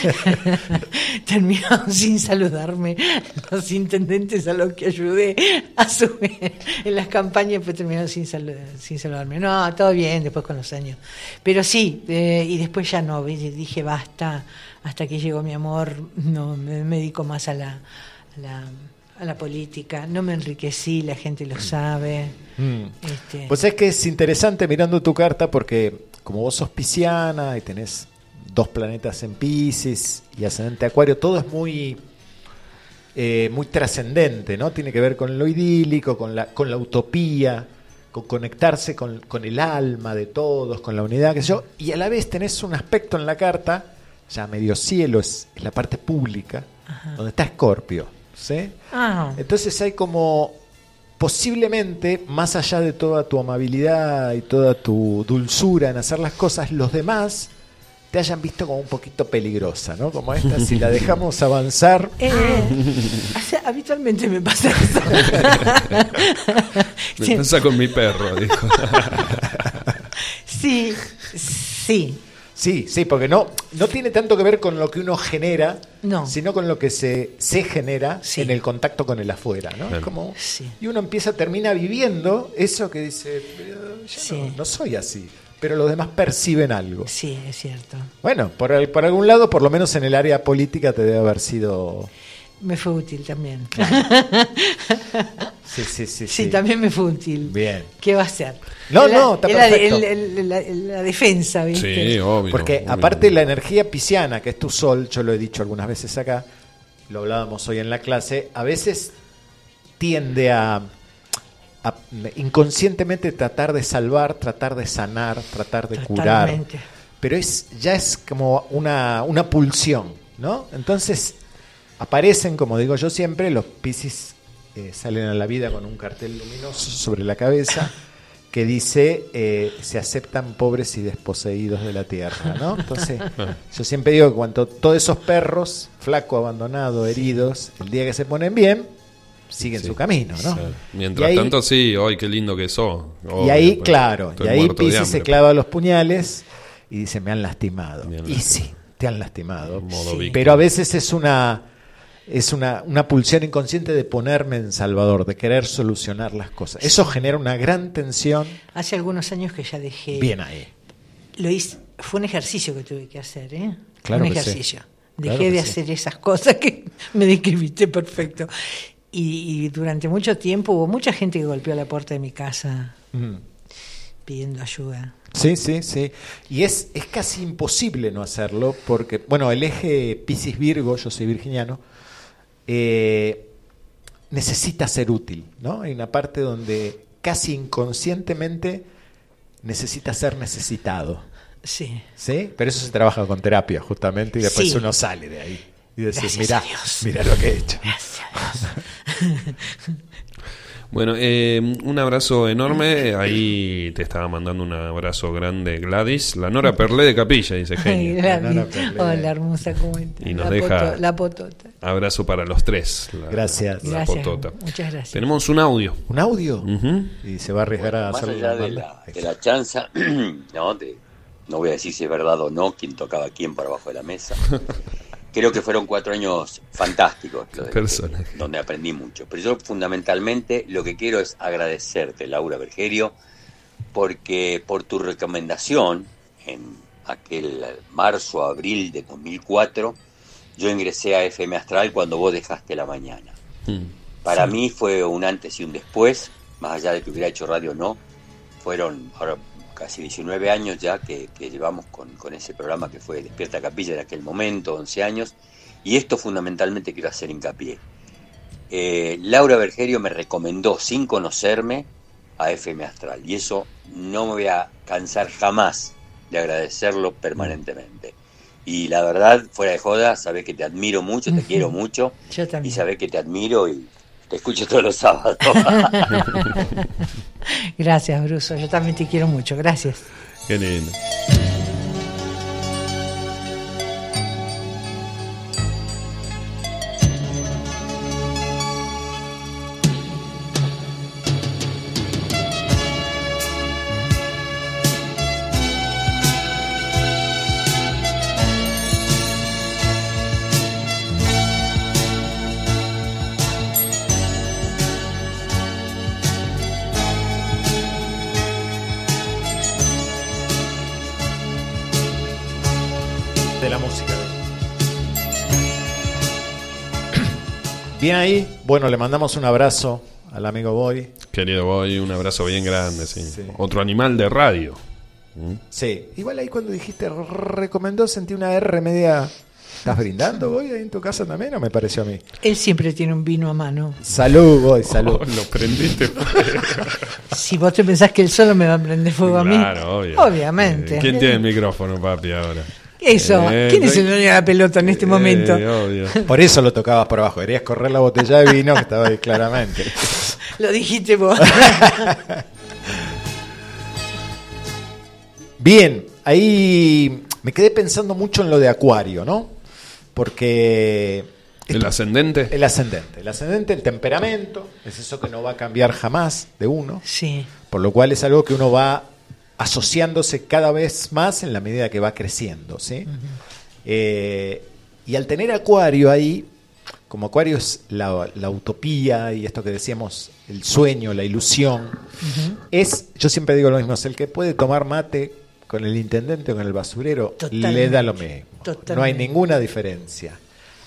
terminaron sin saludarme los intendentes a los que ayudé a subir en las campañas, pues terminaron sin, salud, sin saludarme. No, todo bien, después con los años. Pero sí, eh, y después ya no, dije basta, hasta que llegó mi amor, no me, me dedico más a la, a la a la política, no me enriquecí, la gente lo sabe. Mm. Este... Pues es que es interesante mirando tu carta porque como vos sos pisciana y tenés dos planetas en Piscis y ascendente Acuario, todo es muy eh, muy trascendente, ¿no? Tiene que ver con lo idílico, con la, con la utopía, con conectarse con, con el alma de todos, con la unidad, qué sé yo, y a la vez tenés un aspecto en la carta, ya medio cielo, es, es la parte pública, ajá, donde está Escorpio, ¿sí? Ah. Entonces hay como posiblemente, más allá de toda tu amabilidad y toda tu dulzura en hacer las cosas, los demás te hayan visto como un poquito peligrosa, ¿no? Como esta, si la dejamos avanzar... Eh, o sea, habitualmente me pasa eso. Me sí. pasa con mi perro, dijo. Sí, sí. Sí, sí, porque no, no tiene tanto que ver con lo que uno genera, no, sino con lo que se, se genera, sí, en el contacto con el afuera, ¿no? Claro. Como, sí. Y uno empieza, termina viviendo eso que dice, yo sí. no, no soy así, pero los demás perciben algo. Sí, es cierto. Bueno, por, por algún lado, por lo menos en el área política te debe haber sido me fue útil también. Sí, sí, sí, Sí, sí. también me fue útil. Bien. ¿Qué va a hacer? No, Es la- no, está es la, perfecto. el- el- la- la defensa, ¿viste? Sí, obvio. Porque obvio. aparte la energía pisciana, que es tu sol, yo lo he dicho algunas veces acá, lo hablábamos hoy en la clase, a veces tiende a, a inconscientemente tratar de salvar, tratar de sanar, tratar de curar. Totalmente. Pero es ya es como una, una pulsión, ¿no? Entonces aparecen, como digo yo siempre, los Piscis eh, salen a la vida con un cartel luminoso sobre la cabeza que dice eh, se aceptan pobres y desposeídos de la tierra, ¿no? Entonces yo siempre digo que cuando todos esos perros, flaco, abandonado, heridos, el día que se ponen bien, siguen Sí, su camino, ¿no? claro. Mientras Y ahí- tanto, sí, hoy qué lindo que sos. y Obvio, ahí, pues, claro, estoy y ahí muerto de Piscis se hambre. clava los puñales y dice, me han lastimado. Me han y lastimado. sí, te han lastimado. Modo Sí. víctima. Pero a veces es una es una, una pulsión inconsciente de ponerme en salvador, de querer solucionar las cosas. Eso genera una gran tensión. Hace algunos años que ya dejé. Bien ahí. Lo hice, fue un ejercicio que tuve que hacer, ¿eh? Claro un que sí. ejercicio. Claro Dejé que de sí. hacer esas cosas que me describiste perfecto. Y, y durante mucho tiempo hubo mucha gente que golpeó la puerta de mi casa Mm. pidiendo ayuda. Sí, sí, sí. Y es, es casi imposible no hacerlo porque, bueno, el eje Piscis-Virgo, yo soy virginiano, eh, necesita ser útil, ¿no? Hay una parte donde casi inconscientemente necesita ser necesitado, Sí. ¿sí? Pero eso se trabaja con terapia, justamente, y después Sí. uno sale de ahí y dice, Gracias mira, a Dios. mira lo que he hecho. Gracias a Dios. Bueno, eh, un abrazo enorme. Ahí te estaba mandando un abrazo grande Gladys. La Nora Perlé de Capilla, dice Ay, Genia. Gladys. no, no, pero- Hola, hermosa, ¿cómo estás? Y nos la deja- poto- la potota. Abrazo para los tres. La, Gracias. La Gracias, potota. muchas gracias. Tenemos un audio. ¿Un audio? Ujú. Y se va a arriesgar a Más hacerlo. allá de la, de la chanza, no, de- no voy a decir si es verdad o no, quién tocaba quién por abajo de la mesa. Creo que fueron cuatro años fantásticos, lo de- Personaje. donde aprendí mucho. Pero yo fundamentalmente lo que quiero es agradecerte, Laura Bergerio, porque por tu recomendación en aquel marzo, abril de dos mil cuatro, yo ingresé a F M Astral cuando vos dejaste la mañana. Mm. Para mí fue un antes y un después, más allá de que hubiera hecho radio o no. Fueron ahora casi diecinueve años ya que, que llevamos con, con ese programa que fue Despierta Capilla en aquel momento, once años, y esto fundamentalmente quiero hacer hincapié. Eh, Laura Bergerio me recomendó, sin conocerme, a F M Astral, y eso no me voy a cansar jamás de agradecerlo permanentemente. Y la verdad, fuera de joda, sabés que te admiro mucho, te quiero mucho, Yo y también. sabés que te admiro y te escucho todos los sábados. Gracias, Bruso. Yo también te quiero mucho. Gracias. Qué lindo. De la música. Bien ahí, bueno, le mandamos un abrazo al amigo Boy. Querido Boy, un abrazo bien grande. Sí. Sí. Otro animal de radio. ¿Mm? Sí, igual ahí cuando dijiste recomendó sentí una R media. ¿Estás brindando, Boy, ahí en tu casa también? ¿O me pareció a mí? Él siempre tiene un vino a mano. Salud, Boy, salud. Oh, lo prendiste. Si vos te pensás que él solo me va a prender fuego a mí. Claro, obvio. Obviamente. Eh, ¿Quién tiene el micrófono, papi, ahora? Eso. Eh, ¿Quién es no- el dueño de la pelota en este momento? Eh, obvio. Por eso lo tocabas por abajo. Querías correr la botella de vino que estaba ahí claramente. Lo dijiste vos. Bien, ahí me quedé pensando mucho en lo de Acuario, ¿no? Porque ¿El ascendente? el ascendente, el ascendente, el temperamento, es eso que no va a cambiar jamás de uno, Sí. por lo cual es algo que uno va asociándose cada vez más en la medida que va creciendo, ¿sí? Eh, y al tener Acuario ahí, como Acuario es la, la utopía y esto que decíamos, el sueño, la ilusión, es, yo siempre digo lo mismo, es el que puede tomar mate con el intendente o con el basurero, Totalmente. le da lo mismo. Totalmente. No hay ninguna diferencia.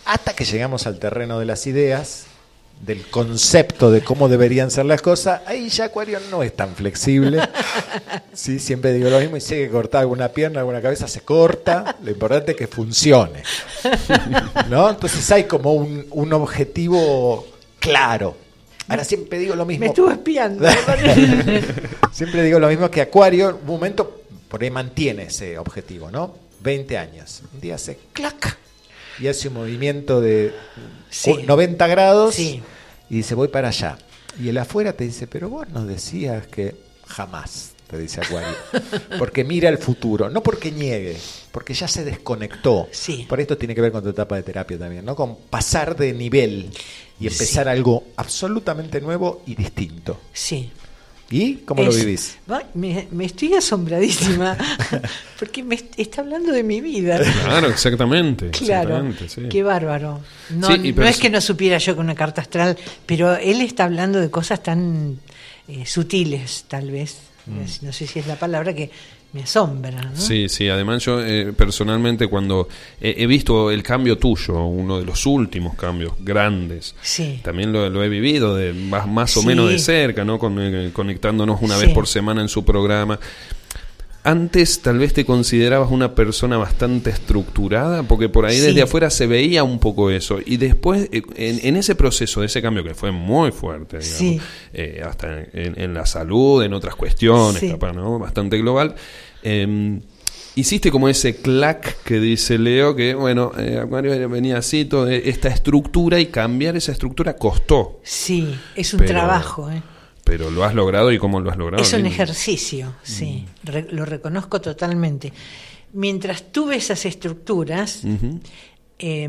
Hasta que llegamos al terreno de las ideas, del concepto de cómo deberían ser las cosas, ahí ya Acuario no es tan flexible. Sí, siempre digo lo mismo, y si hay que cortar alguna pierna, alguna cabeza, se corta. Lo importante es que funcione, ¿no? Entonces hay como un, un objetivo claro. Ahora siempre digo lo mismo. Me estuvo espiando. Siempre digo lo mismo, que Acuario, en un momento, por ahí mantiene ese objetivo, ¿no? veinte años. Un día hace clac y hace un movimiento de Sí. noventa grados, Sí. y dice, voy para allá. Y el afuera te dice, pero vos nos decías que jamás, te dice Acuario. Porque mira el futuro, no porque niegue, porque ya se desconectó. Sí. Por esto tiene que ver con tu etapa de terapia también, ¿no? Con pasar de nivel y empezar Sí. algo absolutamente nuevo y distinto. Sí. ¿Y cómo Es- lo vivís? Va- Me, me estoy asombradísima porque me est- está hablando de mi vida. Claro, exactamente. Claro, exactamente, sí. qué bárbaro. No, Sí, y no pero es es- que no supiera yo con una carta astral, pero él está hablando de cosas tan eh, sutiles, tal vez. Mm. No sé si es la palabra que me asombra, ¿no? Sí, sí, además yo eh, personalmente cuando he, he visto el cambio tuyo, uno de los últimos cambios grandes, Sí. también lo, lo he vivido de más, más o Sí. menos de cerca, ¿no? Con, eh, conectándonos una Sí. vez por semana en su programa. Antes tal vez te considerabas una persona bastante estructurada, porque por ahí Sí. desde afuera se veía un poco eso. Y después, eh, en, en ese proceso de ese cambio que fue muy fuerte, digamos, Sí. eh, hasta en, en la salud, en otras cuestiones, Sí. capaz, ¿no? Bastante global. Eh, hiciste como ese clac que dice Leo, que bueno, eh, Acuario venía así, toda esta estructura, y cambiar esa estructura costó. Sí, es un Pero- trabajo, ¿eh? Pero lo has logrado, ¿y cómo lo has logrado? Es un Lindo. ejercicio, sí, re- lo reconozco totalmente. Mientras tuve esas estructuras, Ujú. eh,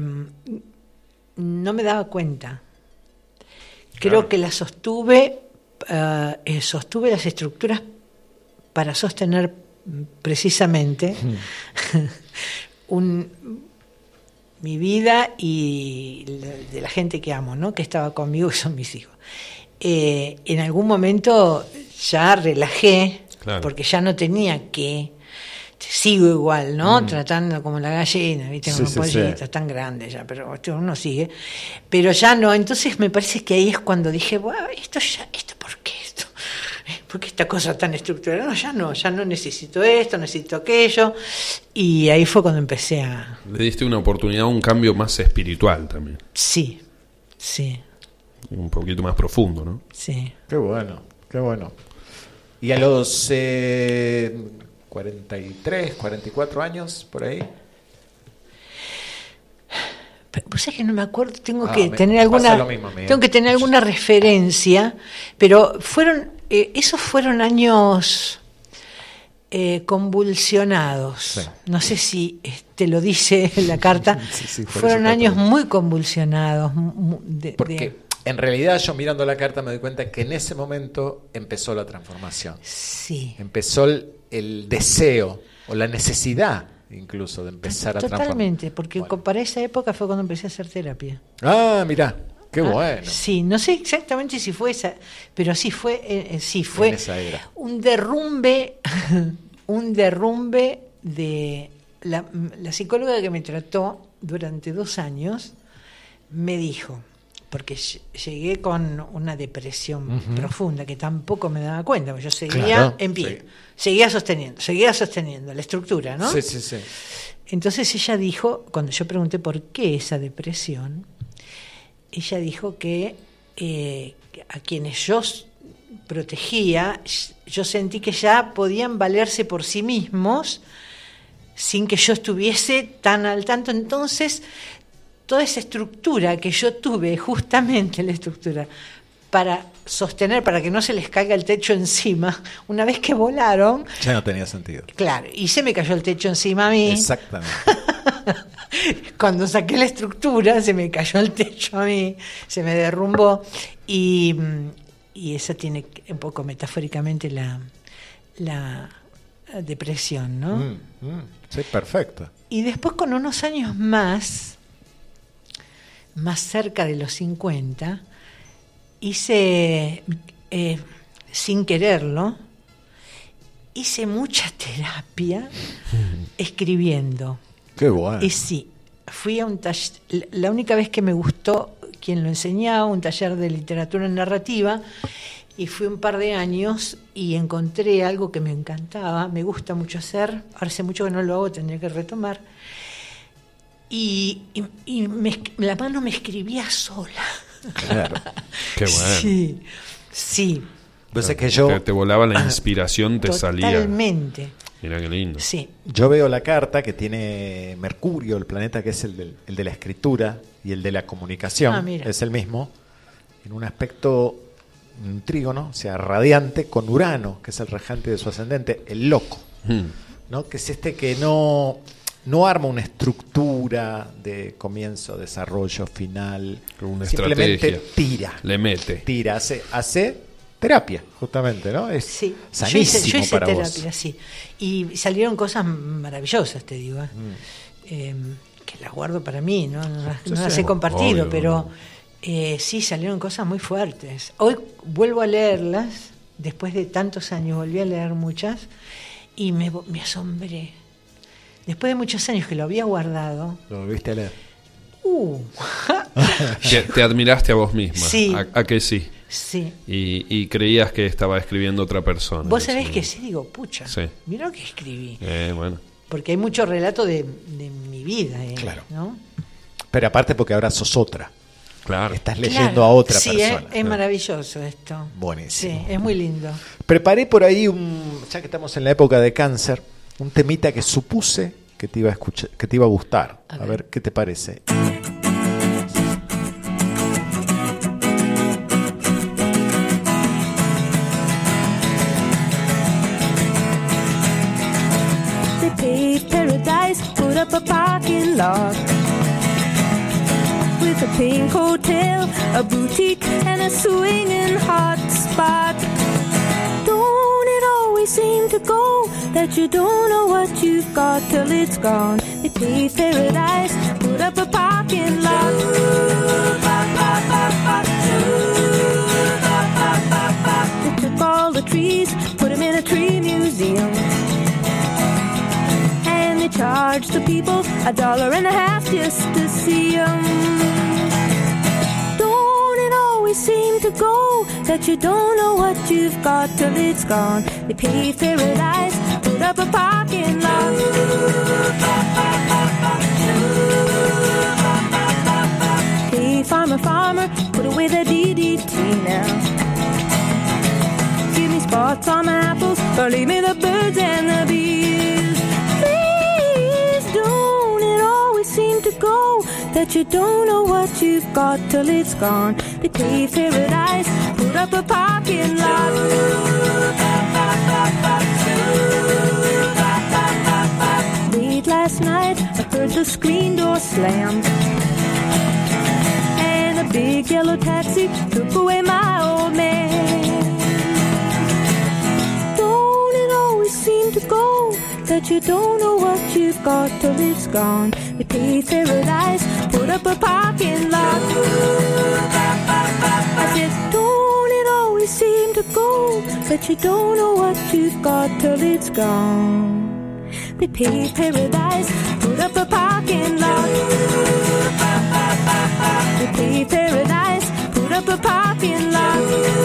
no me daba cuenta. Creo Claro. que las sostuve, eh, eh, sostuve las estructuras para sostener mm, precisamente un, mi vida y la- de la gente que amo, ¿no? Que estaba conmigo, que son mis hijos. Eh, en algún momento ya relajé, Claro. porque ya no tenía que, sigo igual, ¿no? Tratando como la gallina, ¿viste? Sí, Como sí, un pollito, sí. tan grande ya, pero esto uno sigue. Pero ya no, entonces me parece que ahí es cuando dije, bueno, esto ya, esto ¿por qué esto? ¿Por qué esta cosa tan estructurada? No, ya no, ya no necesito esto, necesito aquello. Y ahí fue cuando empecé a, Le diste una oportunidad a un cambio más espiritual también, sí, sí, un poquito más profundo, ¿no? sí. Qué bueno, qué bueno. Y a los eh, cuarenta y tres, cuarenta y cuatro años, por ahí. Pues es que no me acuerdo, tengo Ah, que me tener pasa alguna lo mismo, Miguel. tengo que tener alguna referencia, pero fueron eh, esos fueron años eh, convulsionados. Sí. No sé si eh, te lo dice la carta. Sí, sí, por fueron eso te años pregunto. muy convulsionados. mu- de- Porque de- en realidad yo mirando la carta me doy cuenta que en ese momento empezó la transformación. sí. Empezó el, el deseo o la necesidad incluso de empezar a transformar. Totalmente, porque Bueno. co- para esa época fue cuando empecé a hacer terapia. Ah, mirá, qué Ah, bueno. Sí, no sé exactamente si fue esa, pero sí fue, eh, eh, sí fue En esa era. un derrumbe, un derrumbe de la, la psicóloga que me trató durante dos años me dijo, porque ll- llegué con una depresión profunda que tampoco me daba cuenta, porque yo seguía Claro, en pie, sí. seguía sosteniendo, seguía sosteniendo la estructura, ¿no? Sí, sí, sí. Entonces ella dijo, cuando yo pregunté por qué esa depresión, ella dijo que eh, a quienes yo s- protegía, yo sentí que ya podían valerse por sí mismos sin que yo estuviese tan al tanto. Entonces, toda esa estructura que yo tuve, justamente la estructura, para sostener, para que no se les caiga el techo encima, una vez que volaron, Ya no tenía sentido. claro, y se me cayó el techo encima a mí. Exactamente. Cuando saqué la estructura, se me cayó el techo a mí, se me derrumbó. Y, mm, y esa tiene un poco metafóricamente la, la depresión, ¿no? Mm, mm, sí, perfecto. Y después, con unos años más, más cerca de los cincuenta, hice, eh, sin quererlo, hice mucha terapia escribiendo. Qué bueno. Y sí, fui a un taller, la única vez que me gustó quien lo enseñaba, un taller de literatura narrativa, y fui un par de años y encontré algo que me encantaba, me gusta mucho hacer, hace mucho que no lo hago, tendría que retomar, y, y, y me, la mano me escribía sola. Claro. Qué bueno. Sí, sí. Pues es que yo, te, te volaba la inspiración, te salía. Totalmente. Mira qué lindo. Sí. Yo veo la carta que tiene Mercurio, el planeta que es el, del, el de la escritura y el de la comunicación, Ah, mira. es el mismo, en un aspecto un trígono, o sea, radiante, con Urano, que es el regente de su ascendente, el loco, Mm. ¿no? Que es este que no, no arma una estructura de comienzo, desarrollo, final, Con una simplemente estrategia. tira, Le mete. tira, hace, hace terapia, justamente, ¿no? Es Sí, yo sanísimo hice, yo hice para terapia, vos. sí. Y salieron cosas maravillosas, te digo. ¿eh? Mm. Eh, que las guardo para mí, ¿no? No las, Sí, no las sí. he compartido, Obvio, pero obvio. eh, sí salieron cosas muy fuertes. Hoy vuelvo a leerlas, después de tantos años volví a leer muchas, y me, me asombré. Después de muchos años que lo había guardado, ¿Lo volviste a leer? uh, Te, te admiraste a vos misma. Sí. ¿A, a que sí? sí. Y, y creías que estaba escribiendo otra persona. Vos en sabés ese que momento. sí, digo, pucha, Sí. mirá lo que escribí. Eh, bueno. Porque hay mucho relato de, de mi vida, eh, Claro. ¿no? Pero aparte porque ahora sos otra. Claro. Estás leyendo Claro, a otra sí, persona. es, es maravilloso esto. Buenísimo. Sí, es muy lindo. Preparé por ahí, un, ya que estamos en la época de cáncer, un temita que supuse que te iba a escuchar, que te iba a gustar. A A, ver. ver qué te parece. They paved paradise, put up a parking lot with a pink hotel, a boutique, and a swinging hot spot. Don't it always seem to go that you don't know what you've got till it's gone? They paved paradise, put up a parking lot. They took all the trees, put them in a tree museum. And they charged the people a dollar and a half just to see 'em. Don't it always seem to go that you don't know what you've got till it's gone? They paved paradise, put up a parking lot. Hey, farmer, farmer, put away the D D T now. Give me spots on my apples, or leave me the birds and the bees. Please don't it always seem to go that you don't know what you've got till it's gone. They paved paradise, put up a parking lot. Late last night, I heard the screen door slam, and a big yellow taxi took away my old man. Don't it always seem to go that you don't know what you've got till it's gone? They paved paradise, put up a parking lot. I said, don't it always seem to go that you don't know what you've got till it's gone? They paved paradise, put up a parking lot. They paved paradise, put up a parking lot.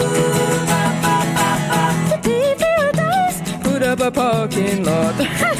They paved paradise, put up a parking lot.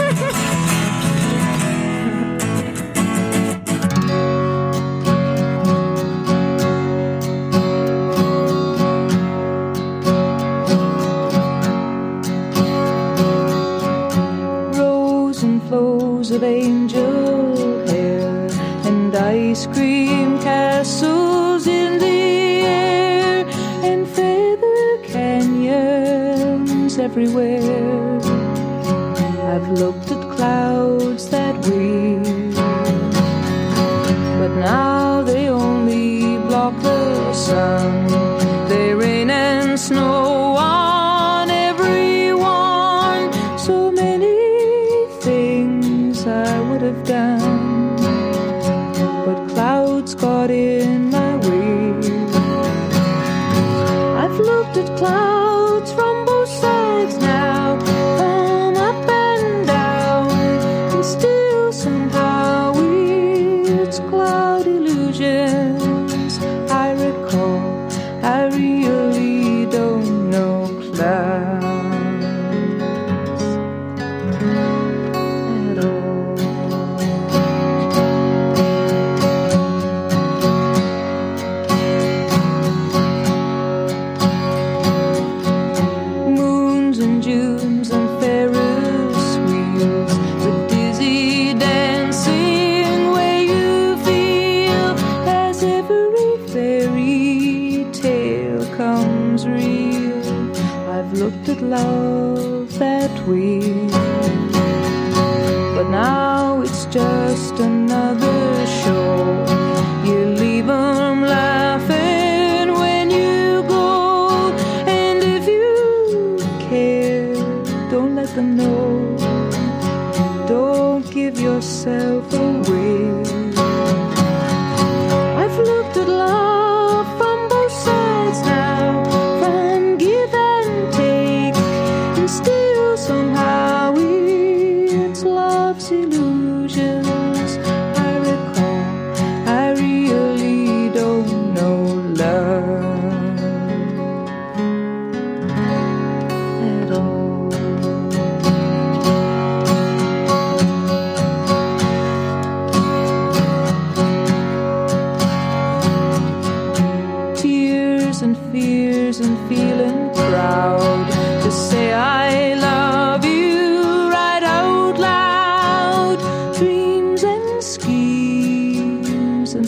Rows and flows of angel hair and ice cream castles in the air and feather canyons everywhere. I've looked at clouds that way, but now they only block the sun. They rain and snow on everyone. So many things I would have done, but clouds got in my way. I've looked at clouds from both sides now, from up and down, and still somehow it's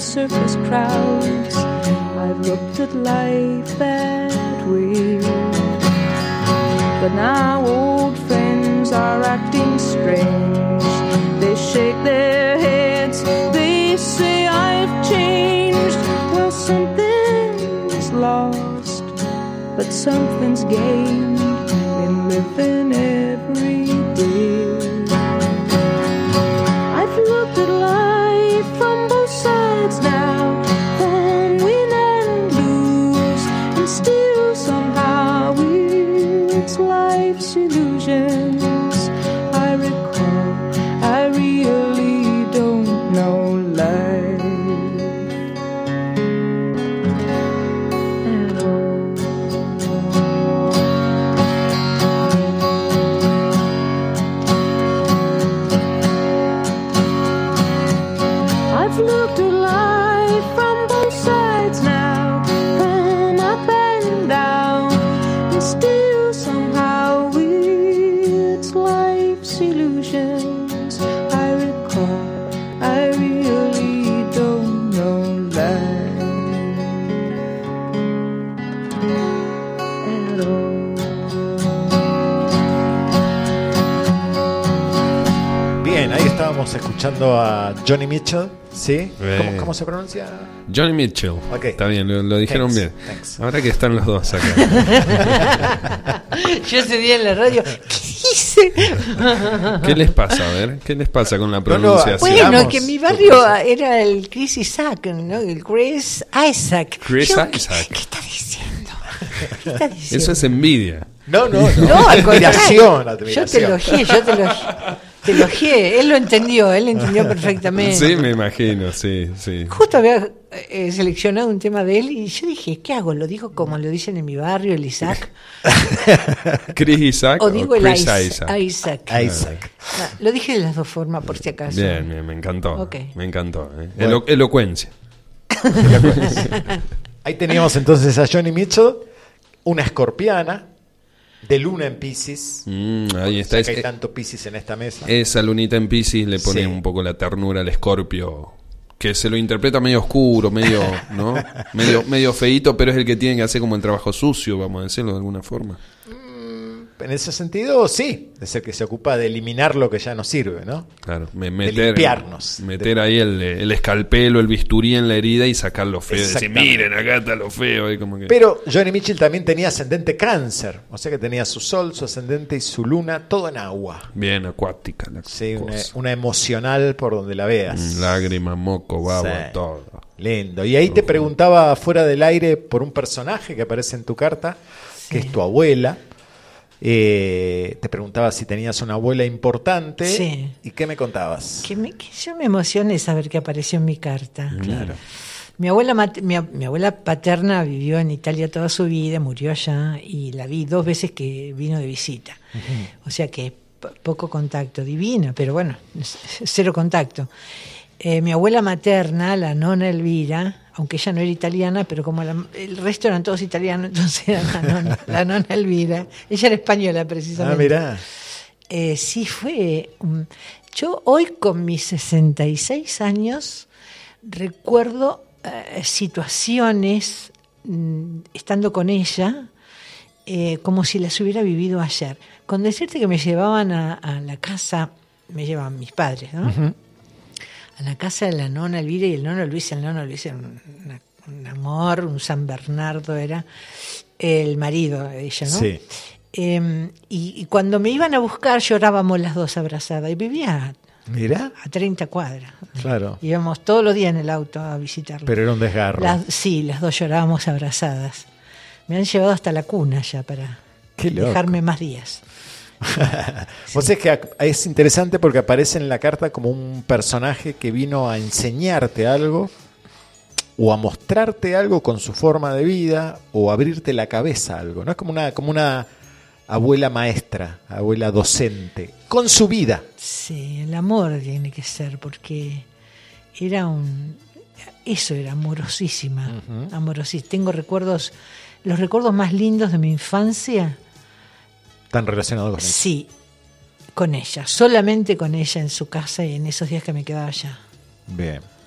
circus crowds. I've looked at life that way. But now old friends are acting strange. They shake their heads, they say I've changed. Well, something's lost, but something's gained in living every day. I've looked at life from both sides now, from win and lose, and still somehow it's life's illusions I recall. I really don't know life at all. I've looked at life from both sides now, from up and down, and still somehow it's life's illusions I recall. I really don't know life at all. Bien, ahí estábamos escuchando a Johnny Mitchell, ¿sí? Eh. ¿Cómo, cómo se pronuncia? Johnny Mitchell. Ok. Está bien, lo, lo dijeron Thanks, bien. thanks. Ahora que están los dos acá. Yo ese día en la radio, ¿qué hice? ¿Qué les pasa? A ver, ¿qué les pasa con la no, pronunciación? Bueno, Sigamos. que mi barrio era el Chris Isaac, ¿no? El Chris Isaac. Chris Yo, Isaac. ¿Qué, qué está diciendo? ¿Qué está diciendo? Eso es envidia. No, no, no. No, al admiración, contrario. Yo te admiración. elogié, yo te elogié. Te elogié. Él lo entendió, él lo entendió perfectamente. Sí, me imagino, sí, sí. Justo había eh, seleccionado un tema de él y yo dije, ¿qué hago? ¿Lo digo como lo dicen en mi barrio, el Isaac? Chris Isaac ¿O o, digo el Chris Isaac? Isaac. Isaac. Isaac. Ah, lo dije de las dos formas, por si acaso. Bien, bien, me encantó. Ok. Me encantó. ¿eh? Bueno. Elo- elocuencia. Ahí teníamos entonces a Johnny Mitchell, una escorpiana, de luna en Piscis. Mm, ahí O está. sea que hay Es- tanto Piscis en esta mesa. esa lunita en Piscis le pone Sí. un poco la ternura al Escorpio, que se lo interpreta medio oscuro, medio, ¿no? medio, medio feíto, pero es el que tiene que hacer como el trabajo sucio, vamos a decirlo de alguna forma. En ese sentido, sí, es el que se ocupa de eliminar lo que ya no sirve, ¿no? Claro, me- De meter, limpiarnos. meter ahí el, el escalpelo, el bisturí en la herida y sacar lo feo. Decir, Exactamente. miren, acá está lo feo. Y como que... Pero Johnny Mitchell también tenía ascendente cáncer, o sea que tenía su sol, su ascendente y su luna, todo en agua. Bien acuática la Sí, una, cosa. una emocional por donde la veas. Mm, Lágrima, moco, baba, Sí. todo. Lindo. Y ahí te preguntaba fuera del aire por un personaje que aparece en tu carta, que es tu abuela. Eh, te preguntaba si tenías una abuela importante. Sí. ¿Y qué me contabas? Que, me, que yo me emocioné saber que apareció en mi carta. Claro. Mi abuela, mat- mi, ab- mi abuela paterna vivió en Italia toda su vida, murió allá y la vi dos veces que vino de visita. O sea que p- poco contacto, divina, pero bueno, c- cero contacto. Eh, mi abuela materna, la nona Elvira, aunque ella no era italiana, pero como la- el resto eran todos italianos, entonces era la nona, la nona Elvira. Ella era española precisamente. Ah, mirá. Eh, sí, fue. um, Yo hoy con mis sesenta y seis años recuerdo eh, situaciones mm, estando con ella eh, como si las hubiera vivido ayer. Con decirte que me llevaban a, a la casa, me llevaban mis padres, ¿no? Ujú. A la casa de la nona Elvira y el nono Luis, el nono Luis era un, una- un amor, un San Bernardo era el marido de ella, ¿no? Sí. Eh, y, y cuando me iban a buscar llorábamos las dos abrazadas y vivía Mirá. a treinta cuadras. Claro. Íbamos todos los días en el auto a visitarlo. Pero era un desgarro. Las- sí, las dos llorábamos abrazadas. Me han llevado hasta la cuna ya para Qué loco. dejarme más días. Vos es que ac- es interesante porque aparece en la carta como un personaje que vino a enseñarte algo o a mostrarte algo con su forma de vida o a abrirte la cabeza a algo, ¿no? Es como una, como una abuela maestra, abuela docente, con su vida. Sí, el amor tiene que ser porque era un... Eso era amorosísima, Ujú. amorosísima. Tengo recuerdos, los recuerdos más lindos de mi infancia. Tan relacionado con eso. Sí, con ella, solamente con ella en su casa y en esos días que me quedaba allá. Bien,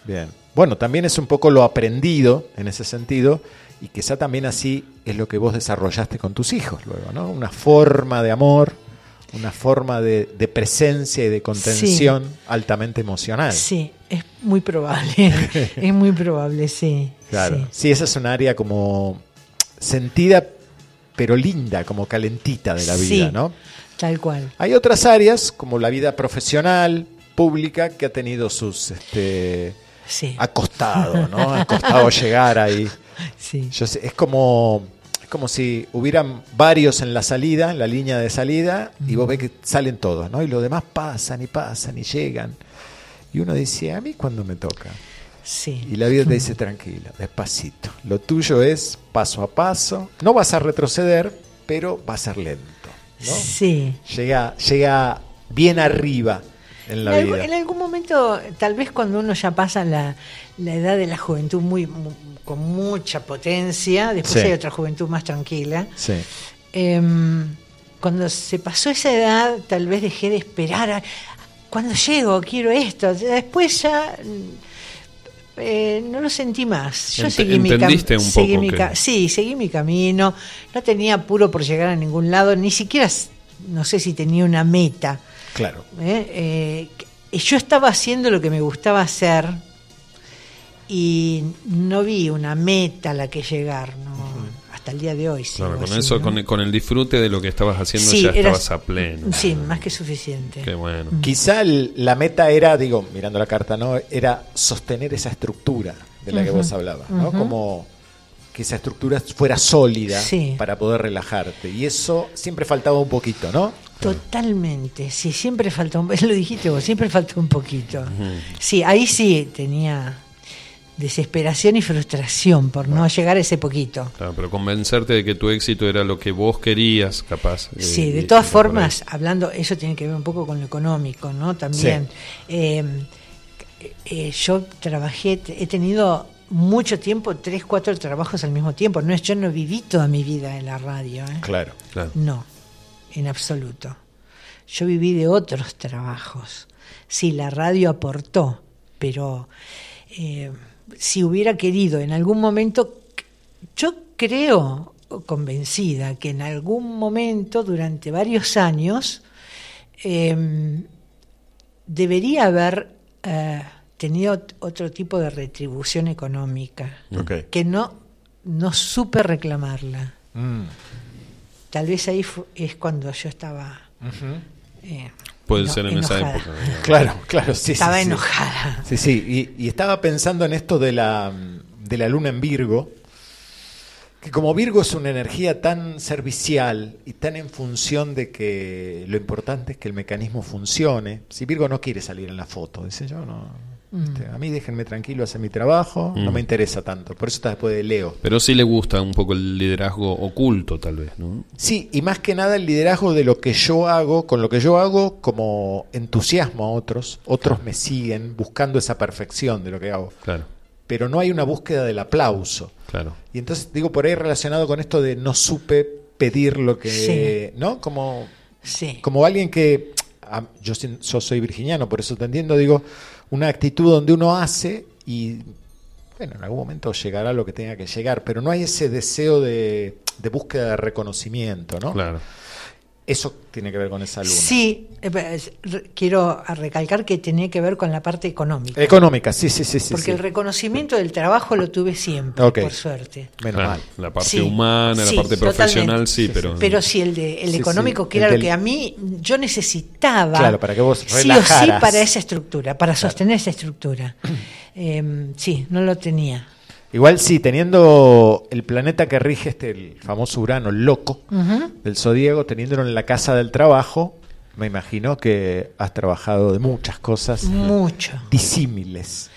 Bien. Bueno, también es un poco lo aprendido en ese sentido, y quizá también así es lo que vos desarrollaste con tus hijos luego, ¿no? Una forma de amor, una forma de, de presencia y de contención sí. altamente emocional. Sí, es muy probable, es muy probable, sí. Claro, sí. sí, esa es un área como sentida, pero linda, como calentita de la vida, sí, ¿no? Tal cual. Hay otras áreas, como la vida profesional, pública, que ha tenido sus... este sí. ha costado, ¿no? Ha costado llegar ahí. Sí. Yo sé, es como... Es como si hubieran varios en la salida, en la línea de salida, mm. y vos ves que salen todos, ¿no? Y los demás pasan y pasan y llegan. Y uno dice, ¿a mí cuándo me toca? Sí. Y la vida te dice, tranquila, despacito. Lo tuyo es paso a paso. No vas a retroceder, pero va a ser lento, ¿no? Sí. Llega, llega bien arriba en la en vida. Algún, en algún momento, tal vez cuando uno ya pasa la, la edad de la juventud muy, muy con mucha potencia, después sí. hay otra juventud más tranquila. Sí. Eh, cuando se pasó esa edad, tal vez dejé de esperar. A, cuando llego, quiero esto. Después ya eh, no lo sentí más. Yo Ent- seguí mi ¿Entendiste un poco mi que... ca- Sí, seguí mi camino. No tenía apuro por llegar a ningún lado. Ni siquiera, no sé si tenía una meta. Claro. Eh, eh, yo estaba haciendo lo que me gustaba hacer. Y no vi una meta a la que llegar, ¿no? Uh-huh. Hasta el día de hoy. Claro, con así, eso, ¿no? con, el, con el disfrute de lo que estabas haciendo, sí, ya era, estabas a pleno. Sí, más que suficiente. Qué bueno. Uh-huh. Quizá el, la meta era, digo, mirando la carta, ¿no? Era sostener esa estructura de la uh-huh. que vos hablabas, ¿no? Uh-huh. Como que esa estructura fuera sólida sí. para poder relajarte. Y eso siempre faltaba un poquito, ¿no? Totalmente, sí, siempre faltó un lo dijiste vos, siempre faltó un poquito. Uh-huh. Sí, ahí sí tenía desesperación y frustración por bueno. no llegar a ese poquito. Claro, pero convencerte de que tu éxito era lo que vos querías, capaz. Eh, sí, de todas formas, hablando, eso tiene que ver un poco con lo económico, ¿no? También. Sí. Eh, eh, yo trabajé, he tenido mucho tiempo, tres, cuatro trabajos al mismo tiempo. No es, yo no viví toda mi vida en la radio. ¿eh? Claro, claro. No, en absoluto. Yo viví de otros trabajos. Sí, la radio aportó, pero eh, si hubiera querido en algún momento, yo creo, convencida, que en algún momento, durante varios años, eh, debería haber eh, tenido otro tipo de retribución económica, okay. que no, no supe reclamarla. Mm. Tal vez ahí fu- es cuando yo estaba... Uh-huh. eh, Puede no, ser en enojada. esa época. ¿no? Claro, claro, sí. Estaba sí, enojada. Sí, sí, y, y estaba pensando en esto de la, de la luna en Virgo, que como Virgo es una energía tan servicial y tan en función de que lo importante es que el mecanismo funcione. Si Virgo no quiere salir en la foto, dice yo, no... Este, a mí déjenme tranquilo hacer mi trabajo, mm. no me interesa tanto. Por eso está después de Leo. Pero sí le gusta un poco el liderazgo oculto, tal vez, ¿no? Sí, y más que nada el liderazgo de lo que yo hago, con lo que yo hago como entusiasmo a otros. Otros me siguen buscando esa perfección de lo que hago. Claro. Pero no hay una búsqueda del aplauso. Claro. Y entonces, digo, por ahí relacionado con esto de no supe pedir lo que... Sí. ¿No? Como, sí. como alguien que... Yo, yo soy virginiano, por eso te entiendo, digo... Una actitud donde uno hace y, bueno, en algún momento llegará lo que tenga que llegar, pero no hay ese deseo de, de búsqueda de reconocimiento, ¿no? Claro. Eso tiene que ver con esa luna. Sí, eh, quiero recalcar que tenía que ver con la parte económica. Económica, sí, sí, sí. sí Porque sí. el reconocimiento del trabajo lo tuve siempre, okay. por suerte. Menos claro, mal. La parte sí, humana, sí, la parte profesional, sí, sí, pero... sí. Pero sí, el, de, el sí, económico, sí. que era el lo del... que a mí yo necesitaba. Claro, para que vos Sí relajaras. o sí para esa estructura, para sostener claro. esa estructura. Eh, sí, no lo tenía. Igual sí, teniendo el planeta que rige este, el famoso Urano, el loco, uh-huh. del zodíaco, teniéndolo en la casa del trabajo, me imagino que has trabajado de muchas cosas. Mucho. Disímiles.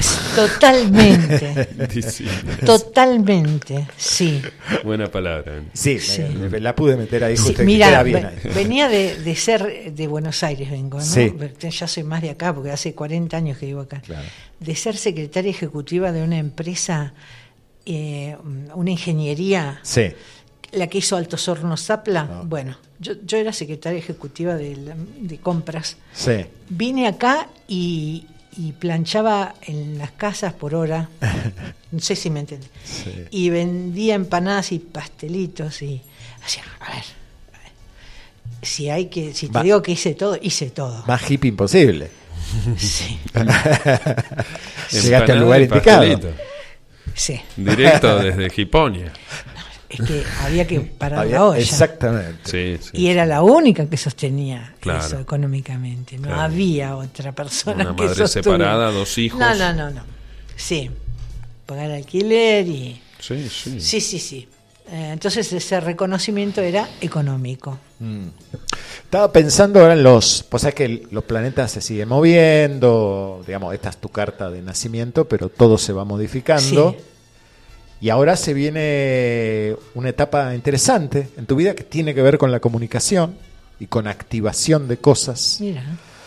Totalmente. Disímiles. Totalmente, sí. Buena palabra. Sí, sí. Me, me la pude meter ahí justo. Sí, mira, queda bien ve, ahí. venía de, de ser de Buenos Aires, vengo, ¿no? Sí. Ya soy más de acá, porque hace cuarenta años que vivo acá. Claro. De ser secretaria ejecutiva de una empresa, eh, una ingeniería, sí. la que hizo Altos Hornos Zapla. No. Bueno, yo, yo era secretaria ejecutiva de, la, de compras. Sí. Vine acá y y planchaba en las casas por hora, no sé si me entienden, Sí. y vendía empanadas y pastelitos y hacía, a ver, a ver, si hay que, si te Va. digo que hice todo, hice todo. Más hippie imposible. Sí, Llegaste al Empanada lugar y indicado. pastelito. sí. Directo desde Hiponia. Es que había que parar Había- la olla. Exactamente. Sí, sí. Y era la única que sostenía Claro. eso económicamente. No Claro. había otra persona Una que madre sostuviera. separada, dos hijos. No, no, no, no. Sí. Pagar alquiler y... Sí, sí. Sí, sí, sí. Eh, entonces ese reconocimiento era económico. Mm. Estaba pensando ahora en los... Pues es que los planetas se siguen moviendo, digamos, esta es tu carta de nacimiento, pero todo se va modificando. Sí. Y ahora se viene una etapa interesante en tu vida que tiene que ver con la comunicación y con activación de cosas. Mira.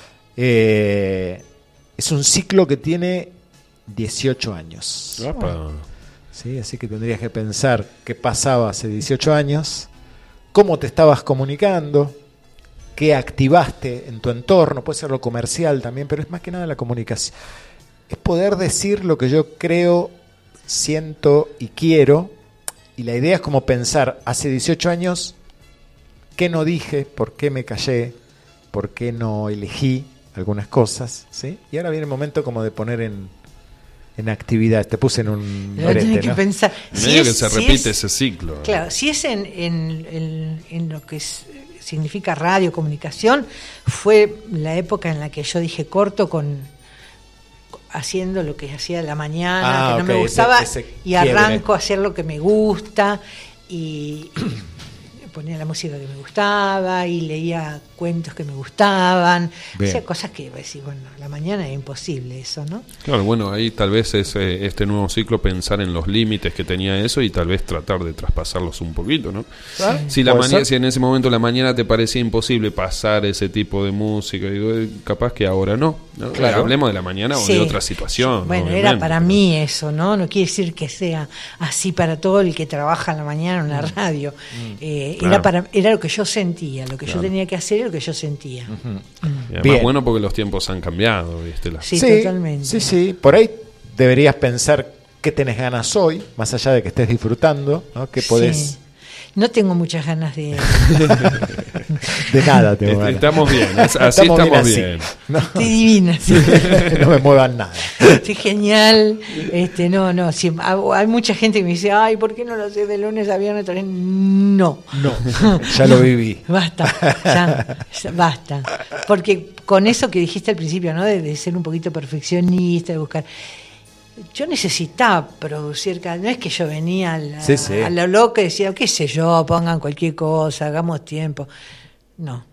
Eh, es un ciclo que tiene dieciocho años. Apa. ¿Sí? Así que tendrías que pensar qué pasaba hace dieciocho años, cómo te estabas comunicando, qué activaste en tu entorno, puede ser lo comercial también, pero es más que nada la comunicación. Es poder decir lo que yo creo, siento y quiero, y la idea es como pensar, hace dieciocho años, ¿qué no dije? ¿Por qué me callé? ¿Por qué no elegí algunas cosas? ¿Sí? Y ahora viene el momento como de poner en, en actividad. Te puse en un Lo tenés brete, que ¿no? pensar. Medio es- que se si repite es- ese ciclo. Claro, si es en, en, en- en lo que es- significa radio, comunicación, fue la época en la que yo dije corto con haciendo lo que hacía a la mañana, Ah, que no ok, me ese- gustaba, ese y quiebre. arranco a hacer lo que me gusta, y, y ponía la música que me gustaba, y leía cuentos que me gustaban, Bien. hacía cosas que, decir, bueno, a la mañana es imposible eso, ¿no? Claro, bueno, ahí tal vez es eh, este nuevo ciclo pensar en los límites que tenía eso y tal vez tratar de traspasarlos un poquito, ¿no? ¿Ah? Si, la Puede mañana, ser. si en ese momento la mañana te parecía imposible pasar ese tipo de música, digo, eh, capaz que ahora no, ¿no? Claro. Hablemos de la mañana o Sí. de otra situación. Bueno, obviamente. era para mí eso, ¿no? No quiere decir que sea así para todo el que trabaja en la mañana en la radio. Eh, Claro. Era para era lo que yo sentía, lo que Claro. yo tenía que hacer, lo que yo sentía. Y además, Bien. bueno, porque los tiempos han cambiado, ¿viste? La- Sí, totalmente. Sí, sí. Por ahí deberías pensar qué tenés ganas hoy, más allá de que estés disfrutando, ¿no? Que podés... Sí. No tengo muchas ganas de... De nada tengo ganas. Estamos bien, es- así estamos así. bien. No, Estoy divina, sí. no me muevan nada. Estoy genial. Este, no, no. Sí, hay mucha gente que me dice, ay, ¿por qué no lo haces de lunes a viernes? No. No, ya lo viví. Basta, ya, ya, basta. Porque con eso que dijiste al principio, ¿no? De, de ser un poquito perfeccionista, de buscar. Yo necesitaba producir, cada- no es que yo venía a, la, Sí, sí. a lo loco y decía, qué sé yo, pongan cualquier cosa, hagamos tiempo. No.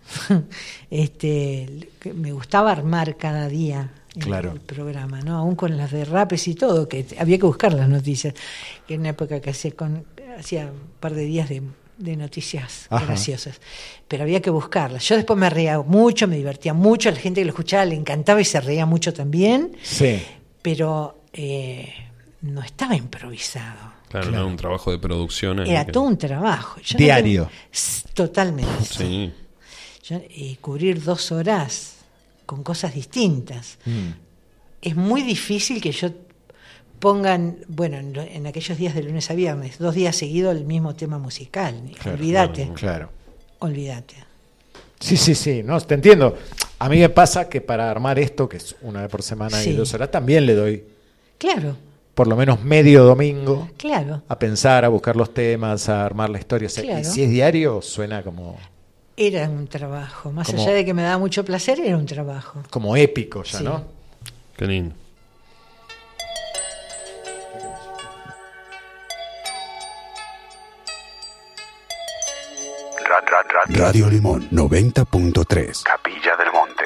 este, me gustaba armar cada día el, Claro. el programa, ¿no? Aún con las derrapes y todo, que había que buscar las noticias. Que en una época que hacía, con, hacía un par de días de, de noticias Ajá. graciosas, pero había que buscarlas. Yo después me reía mucho, me divertía mucho, a la gente que lo escuchaba le encantaba y se reía mucho también, Sí. pero eh, no estaba improvisado. Claro, Claro. ¿no? Un trabajo de producción. ahí Era que- todo un trabajo. Yo no Diario. tengo- S- totalmente. Sí. Yo, eh, cubrir dos horas con cosas distintas. Mm. Es muy difícil que yo pongan, bueno, en, lo- en aquellos días de lunes a viernes, dos días seguidos el mismo tema musical. Claro, olvídate, Claro. olvídate. Sí, sí, sí, no, te entiendo. A mí me pasa que para armar esto, que es una vez por semana Sí. y dos horas, también le doy Claro, por lo menos medio domingo claro. a pensar, a buscar los temas, a armar la historia. O sea, Claro. y si es diario, suena como, Era un trabajo. Más Como- allá de que me daba mucho placer, era un trabajo. como épico ya, Sí. ¿no? Qué lindo. Radio Limón noventa punto tres. Capilla del Monte.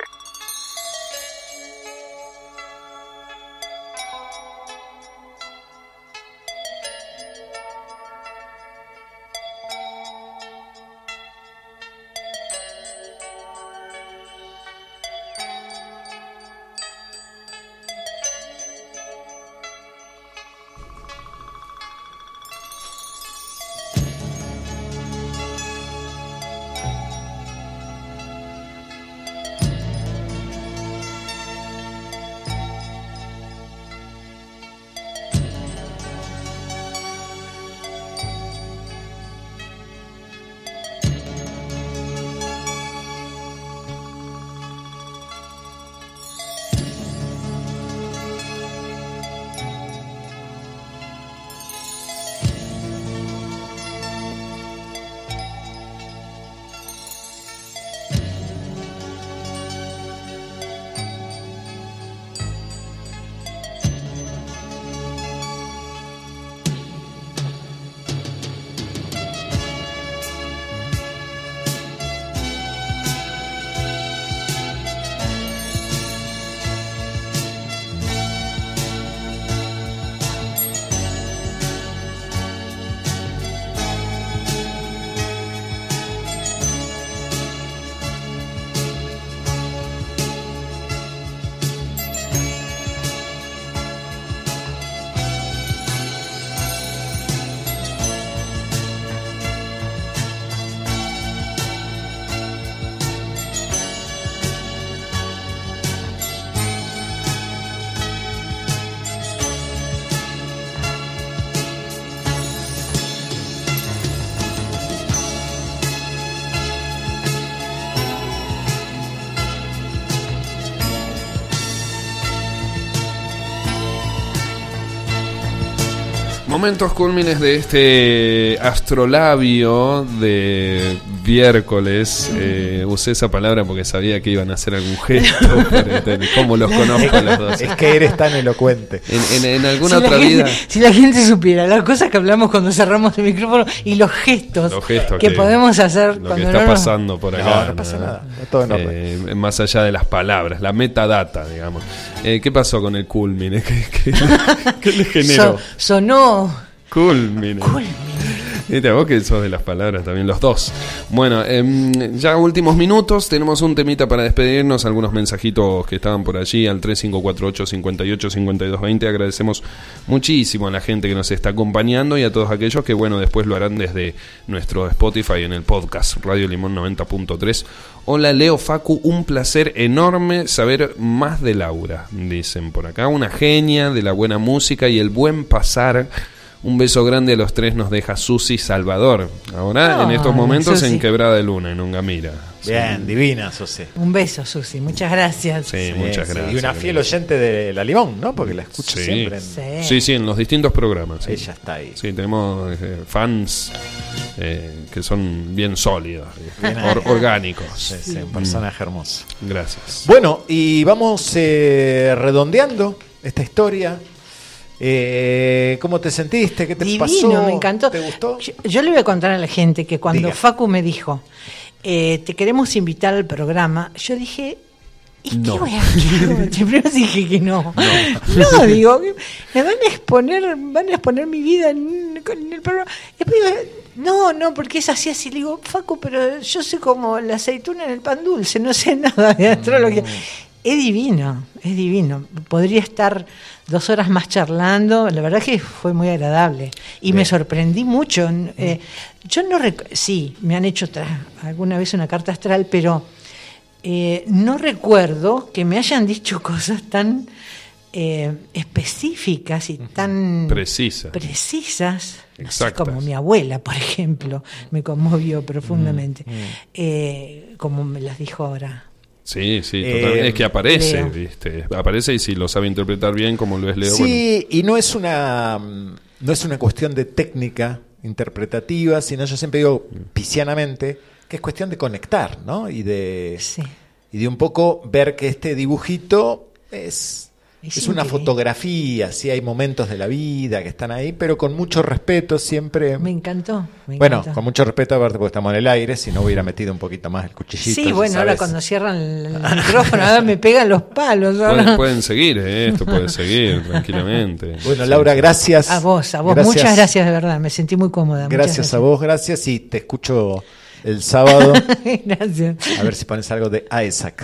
Momentos cúlmines de este astrolabio de miércoles. Eh, usé esa palabra porque sabía que iban a hacer algún gesto. ¿Cómo los conozco a los dos? Es que eres tan elocuente. En, en, en alguna si otra gente, vida. Si la gente supiera las cosas que hablamos cuando cerramos el micrófono y los gestos, los gestos que, que podemos hacer lo cuando que está no nos... pasando por acá. No, no pasa nada. Está todo en orden. Eh, más allá de las palabras, la metadata, digamos. Eh, ¿Qué pasó con el culmine? ¿Qué, qué, qué le generó? So, sonó. Culmine. Culmine. Viste, vos que sos de las palabras también, los dos. Bueno, eh, ya últimos minutos, tenemos un temita para despedirnos, algunos mensajitos que estaban por allí al tres cinco cuatro ocho, cinco ocho, cinco dos dos cero. Agradecemos muchísimo a la gente que nos está acompañando y a todos aquellos que, bueno, después lo harán desde nuestro Spotify en el podcast Radio Limón noventa punto tres. Hola Leo, Facu, un placer enorme saber más de Laura, dicen por acá. Una genia de la buena música y el buen pasar. Un beso grande a los tres nos deja Susi Salvador. Ahora, Oh, en estos momentos, Susi. en Quebrada de Luna, en Ungamira. Bien, Sí. divina, Susi. Un beso, Susi. Muchas gracias. Sí, Sí, muchas sí. gracias. Y una fiel oyente de La Limón, ¿no? Porque la escucho Sí. siempre. En... Sí. Sí, sí, en los distintos programas. Sí. Ella está ahí. Sí, tenemos eh, fans eh, que son bien sólidos, Bien or- orgánicos. Sí, sí, un personaje hermoso. Gracias. Bueno, y vamos eh, redondeando esta historia. Eh, ¿Cómo te sentiste? ¿Qué te Divino, pasó? me encantó. ¿Te gustó? Yo, yo le voy a contar a la gente que cuando Diga. Facu me dijo, eh, te queremos invitar al programa, yo dije, ¿y No. qué voy a hacer? Primero dije que no. No, digo, me van a exponer, van a exponer mi vida en, en el programa. Después digo, no, no, porque es así, así. Le digo, Facu, pero yo soy como la aceituna en el pan dulce, no sé nada de astrología. Es divino, es divino. Podría estar dos horas más charlando. La verdad que fue muy agradable. Y Bien. me sorprendí mucho. Eh, yo no rec- sí, me han hecho tra- alguna vez una carta astral, pero eh, no recuerdo que me hayan dicho cosas tan eh, específicas y tan Precisa. precisas. No sé, Exactas. como mi abuela, por ejemplo, me conmovió profundamente. Eh, como me las dijo ahora. Sí, sí, Eh, totalmente. Es que aparece, Leo. ¿viste? Aparece y si lo sabe interpretar bien, como lo es Leo, Sí, y no es una mm, no es una cuestión de técnica interpretativa, sino yo siempre digo piscianamente que es cuestión de conectar, ¿no? Y de Sí. y de un poco ver que este dibujito es Es es una increíble. fotografía, sí hay momentos de la vida que están ahí, pero con mucho respeto siempre. Me encantó. Me Bueno, encantó. con mucho respeto aparte porque estamos en el aire, si no hubiera metido un poquito más el cuchillito. Sí, ya bueno, ahora sabes. cuando cierran el, el micrófono, ahora me pegan los palos. bueno. ahora- Pueden, pueden seguir, ¿eh? Esto puede seguir tranquilamente. Bueno, Sí, Laura, sí. gracias. A vos, a vos. Gracias. Muchas gracias, de verdad. Me sentí muy cómoda. Muchas Gracias a vos, gracias. Y te escucho el sábado. Gracias. A ver si pones algo de Isaac.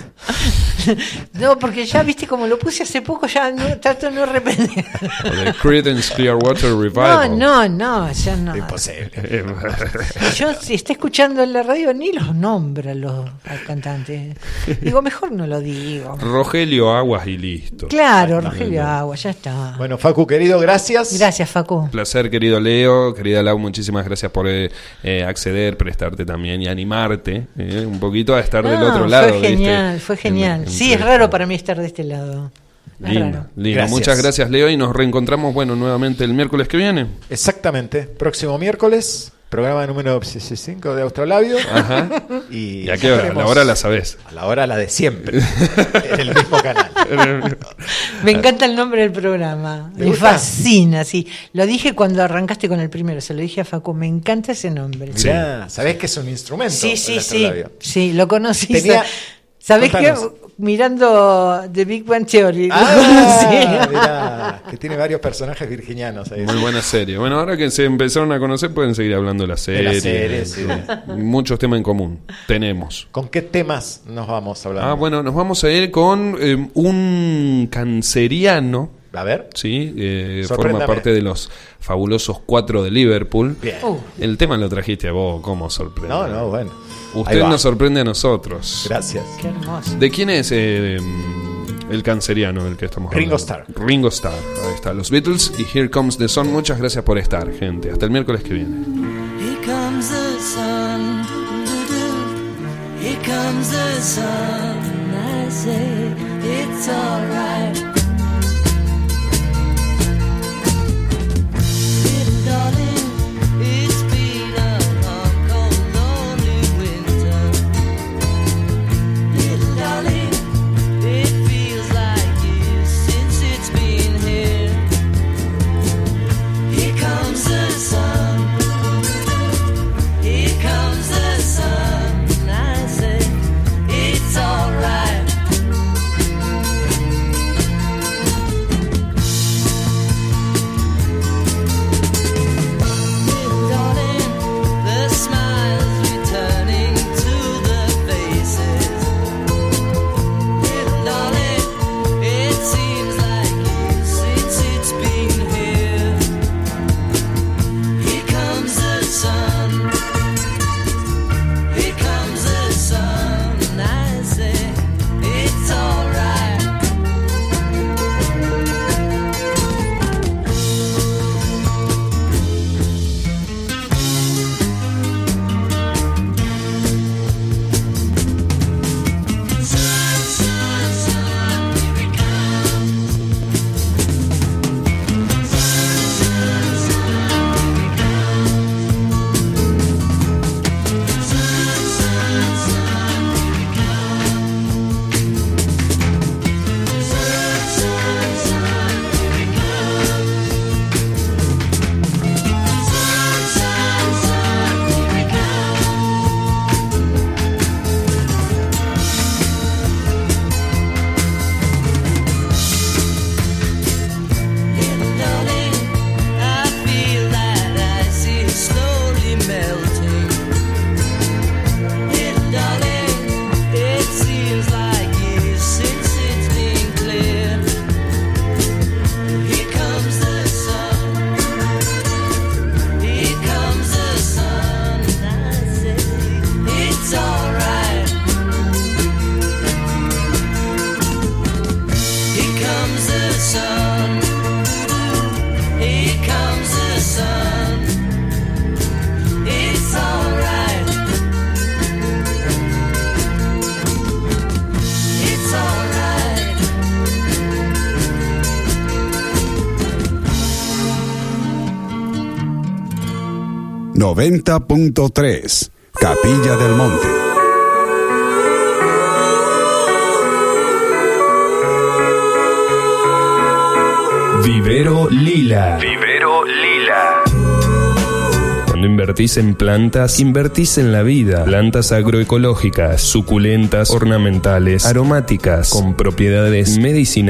No, porque ya viste como lo puse hace poco, ya no, trato de no repetir. O de Creedence Clearwater No, Revival. no, no, ya no. Imposible. Eh, Yo, si está escuchando en la radio, ni los nombra los cantantes. Digo, mejor no lo digo. Rogelio Aguas y listo. Claro, Rogelio Agua, ya está. Bueno, Facu, querido, gracias. Gracias, Facu. Placer, querido Leo, querida Lau, muchísimas gracias por eh, eh, acceder, prestarte también y animarte eh, un poquito a estar del No, otro lado. Fue genial, ¿viste? fue genial. En- en- Sí, es raro para mí estar de este lado. Es Lindo, raro. lindo. Gracias. Muchas gracias, Leo, y nos reencontramos, bueno, nuevamente el miércoles que viene. Exactamente. Próximo miércoles, programa número cinco de Astrolabio. Ajá. Y, ¿Y a qué hora? A estaremos la hora la sabés. A la hora la de siempre. En el mismo canal. Me encanta el nombre del programa. ¿Te Me gusta? fascina, sí. Lo dije cuando arrancaste con el primero, se lo dije a Facu. Me encanta ese nombre. Mirá, ¿sabés que es un instrumento? Sí, el sí, sí. astrolabio? Sí, lo conocí. Tenía- ¿Sabés qué? Contanos. Mirando The Big Bang Theory. lo Ah, conocí. mirá, que tiene varios personajes virginianos ahí. Muy buena serie. Bueno, ahora que se empezaron a conocer, pueden seguir hablando de la serie. De la serie, sí, de- Muchos temas en común. Tenemos. ¿Con qué temas nos vamos hablando? Ah, bueno, nos vamos a ir con eh, un canceriano. A ver. Sí, eh, forma Sorpréndame. parte de los fabulosos cuatro de Liverpool. Bien. Uh, El tema lo trajiste a vos, ¿cómo sorprende? No, no, bueno. Ahí Usted va. nos sorprende a nosotros. Gracias. qué hermoso. ¿De quién es eh, el canceriano del que estamos Ringo hablando? Starr. Ringo Starr. Ahí está, los Beatles y Here Comes the Sun. Muchas gracias por estar, gente. Hasta el miércoles que viene. Here comes the sun, doo-doo-doo. Here comes the sun. I say it's alright. It noventa punto tres, Capilla del Monte. Vivero Lila. Vivero Lila. Cuando invertís en plantas, invertís en la vida. Plantas agroecológicas, suculentas, ornamentales, aromáticas, con propiedades medicinales.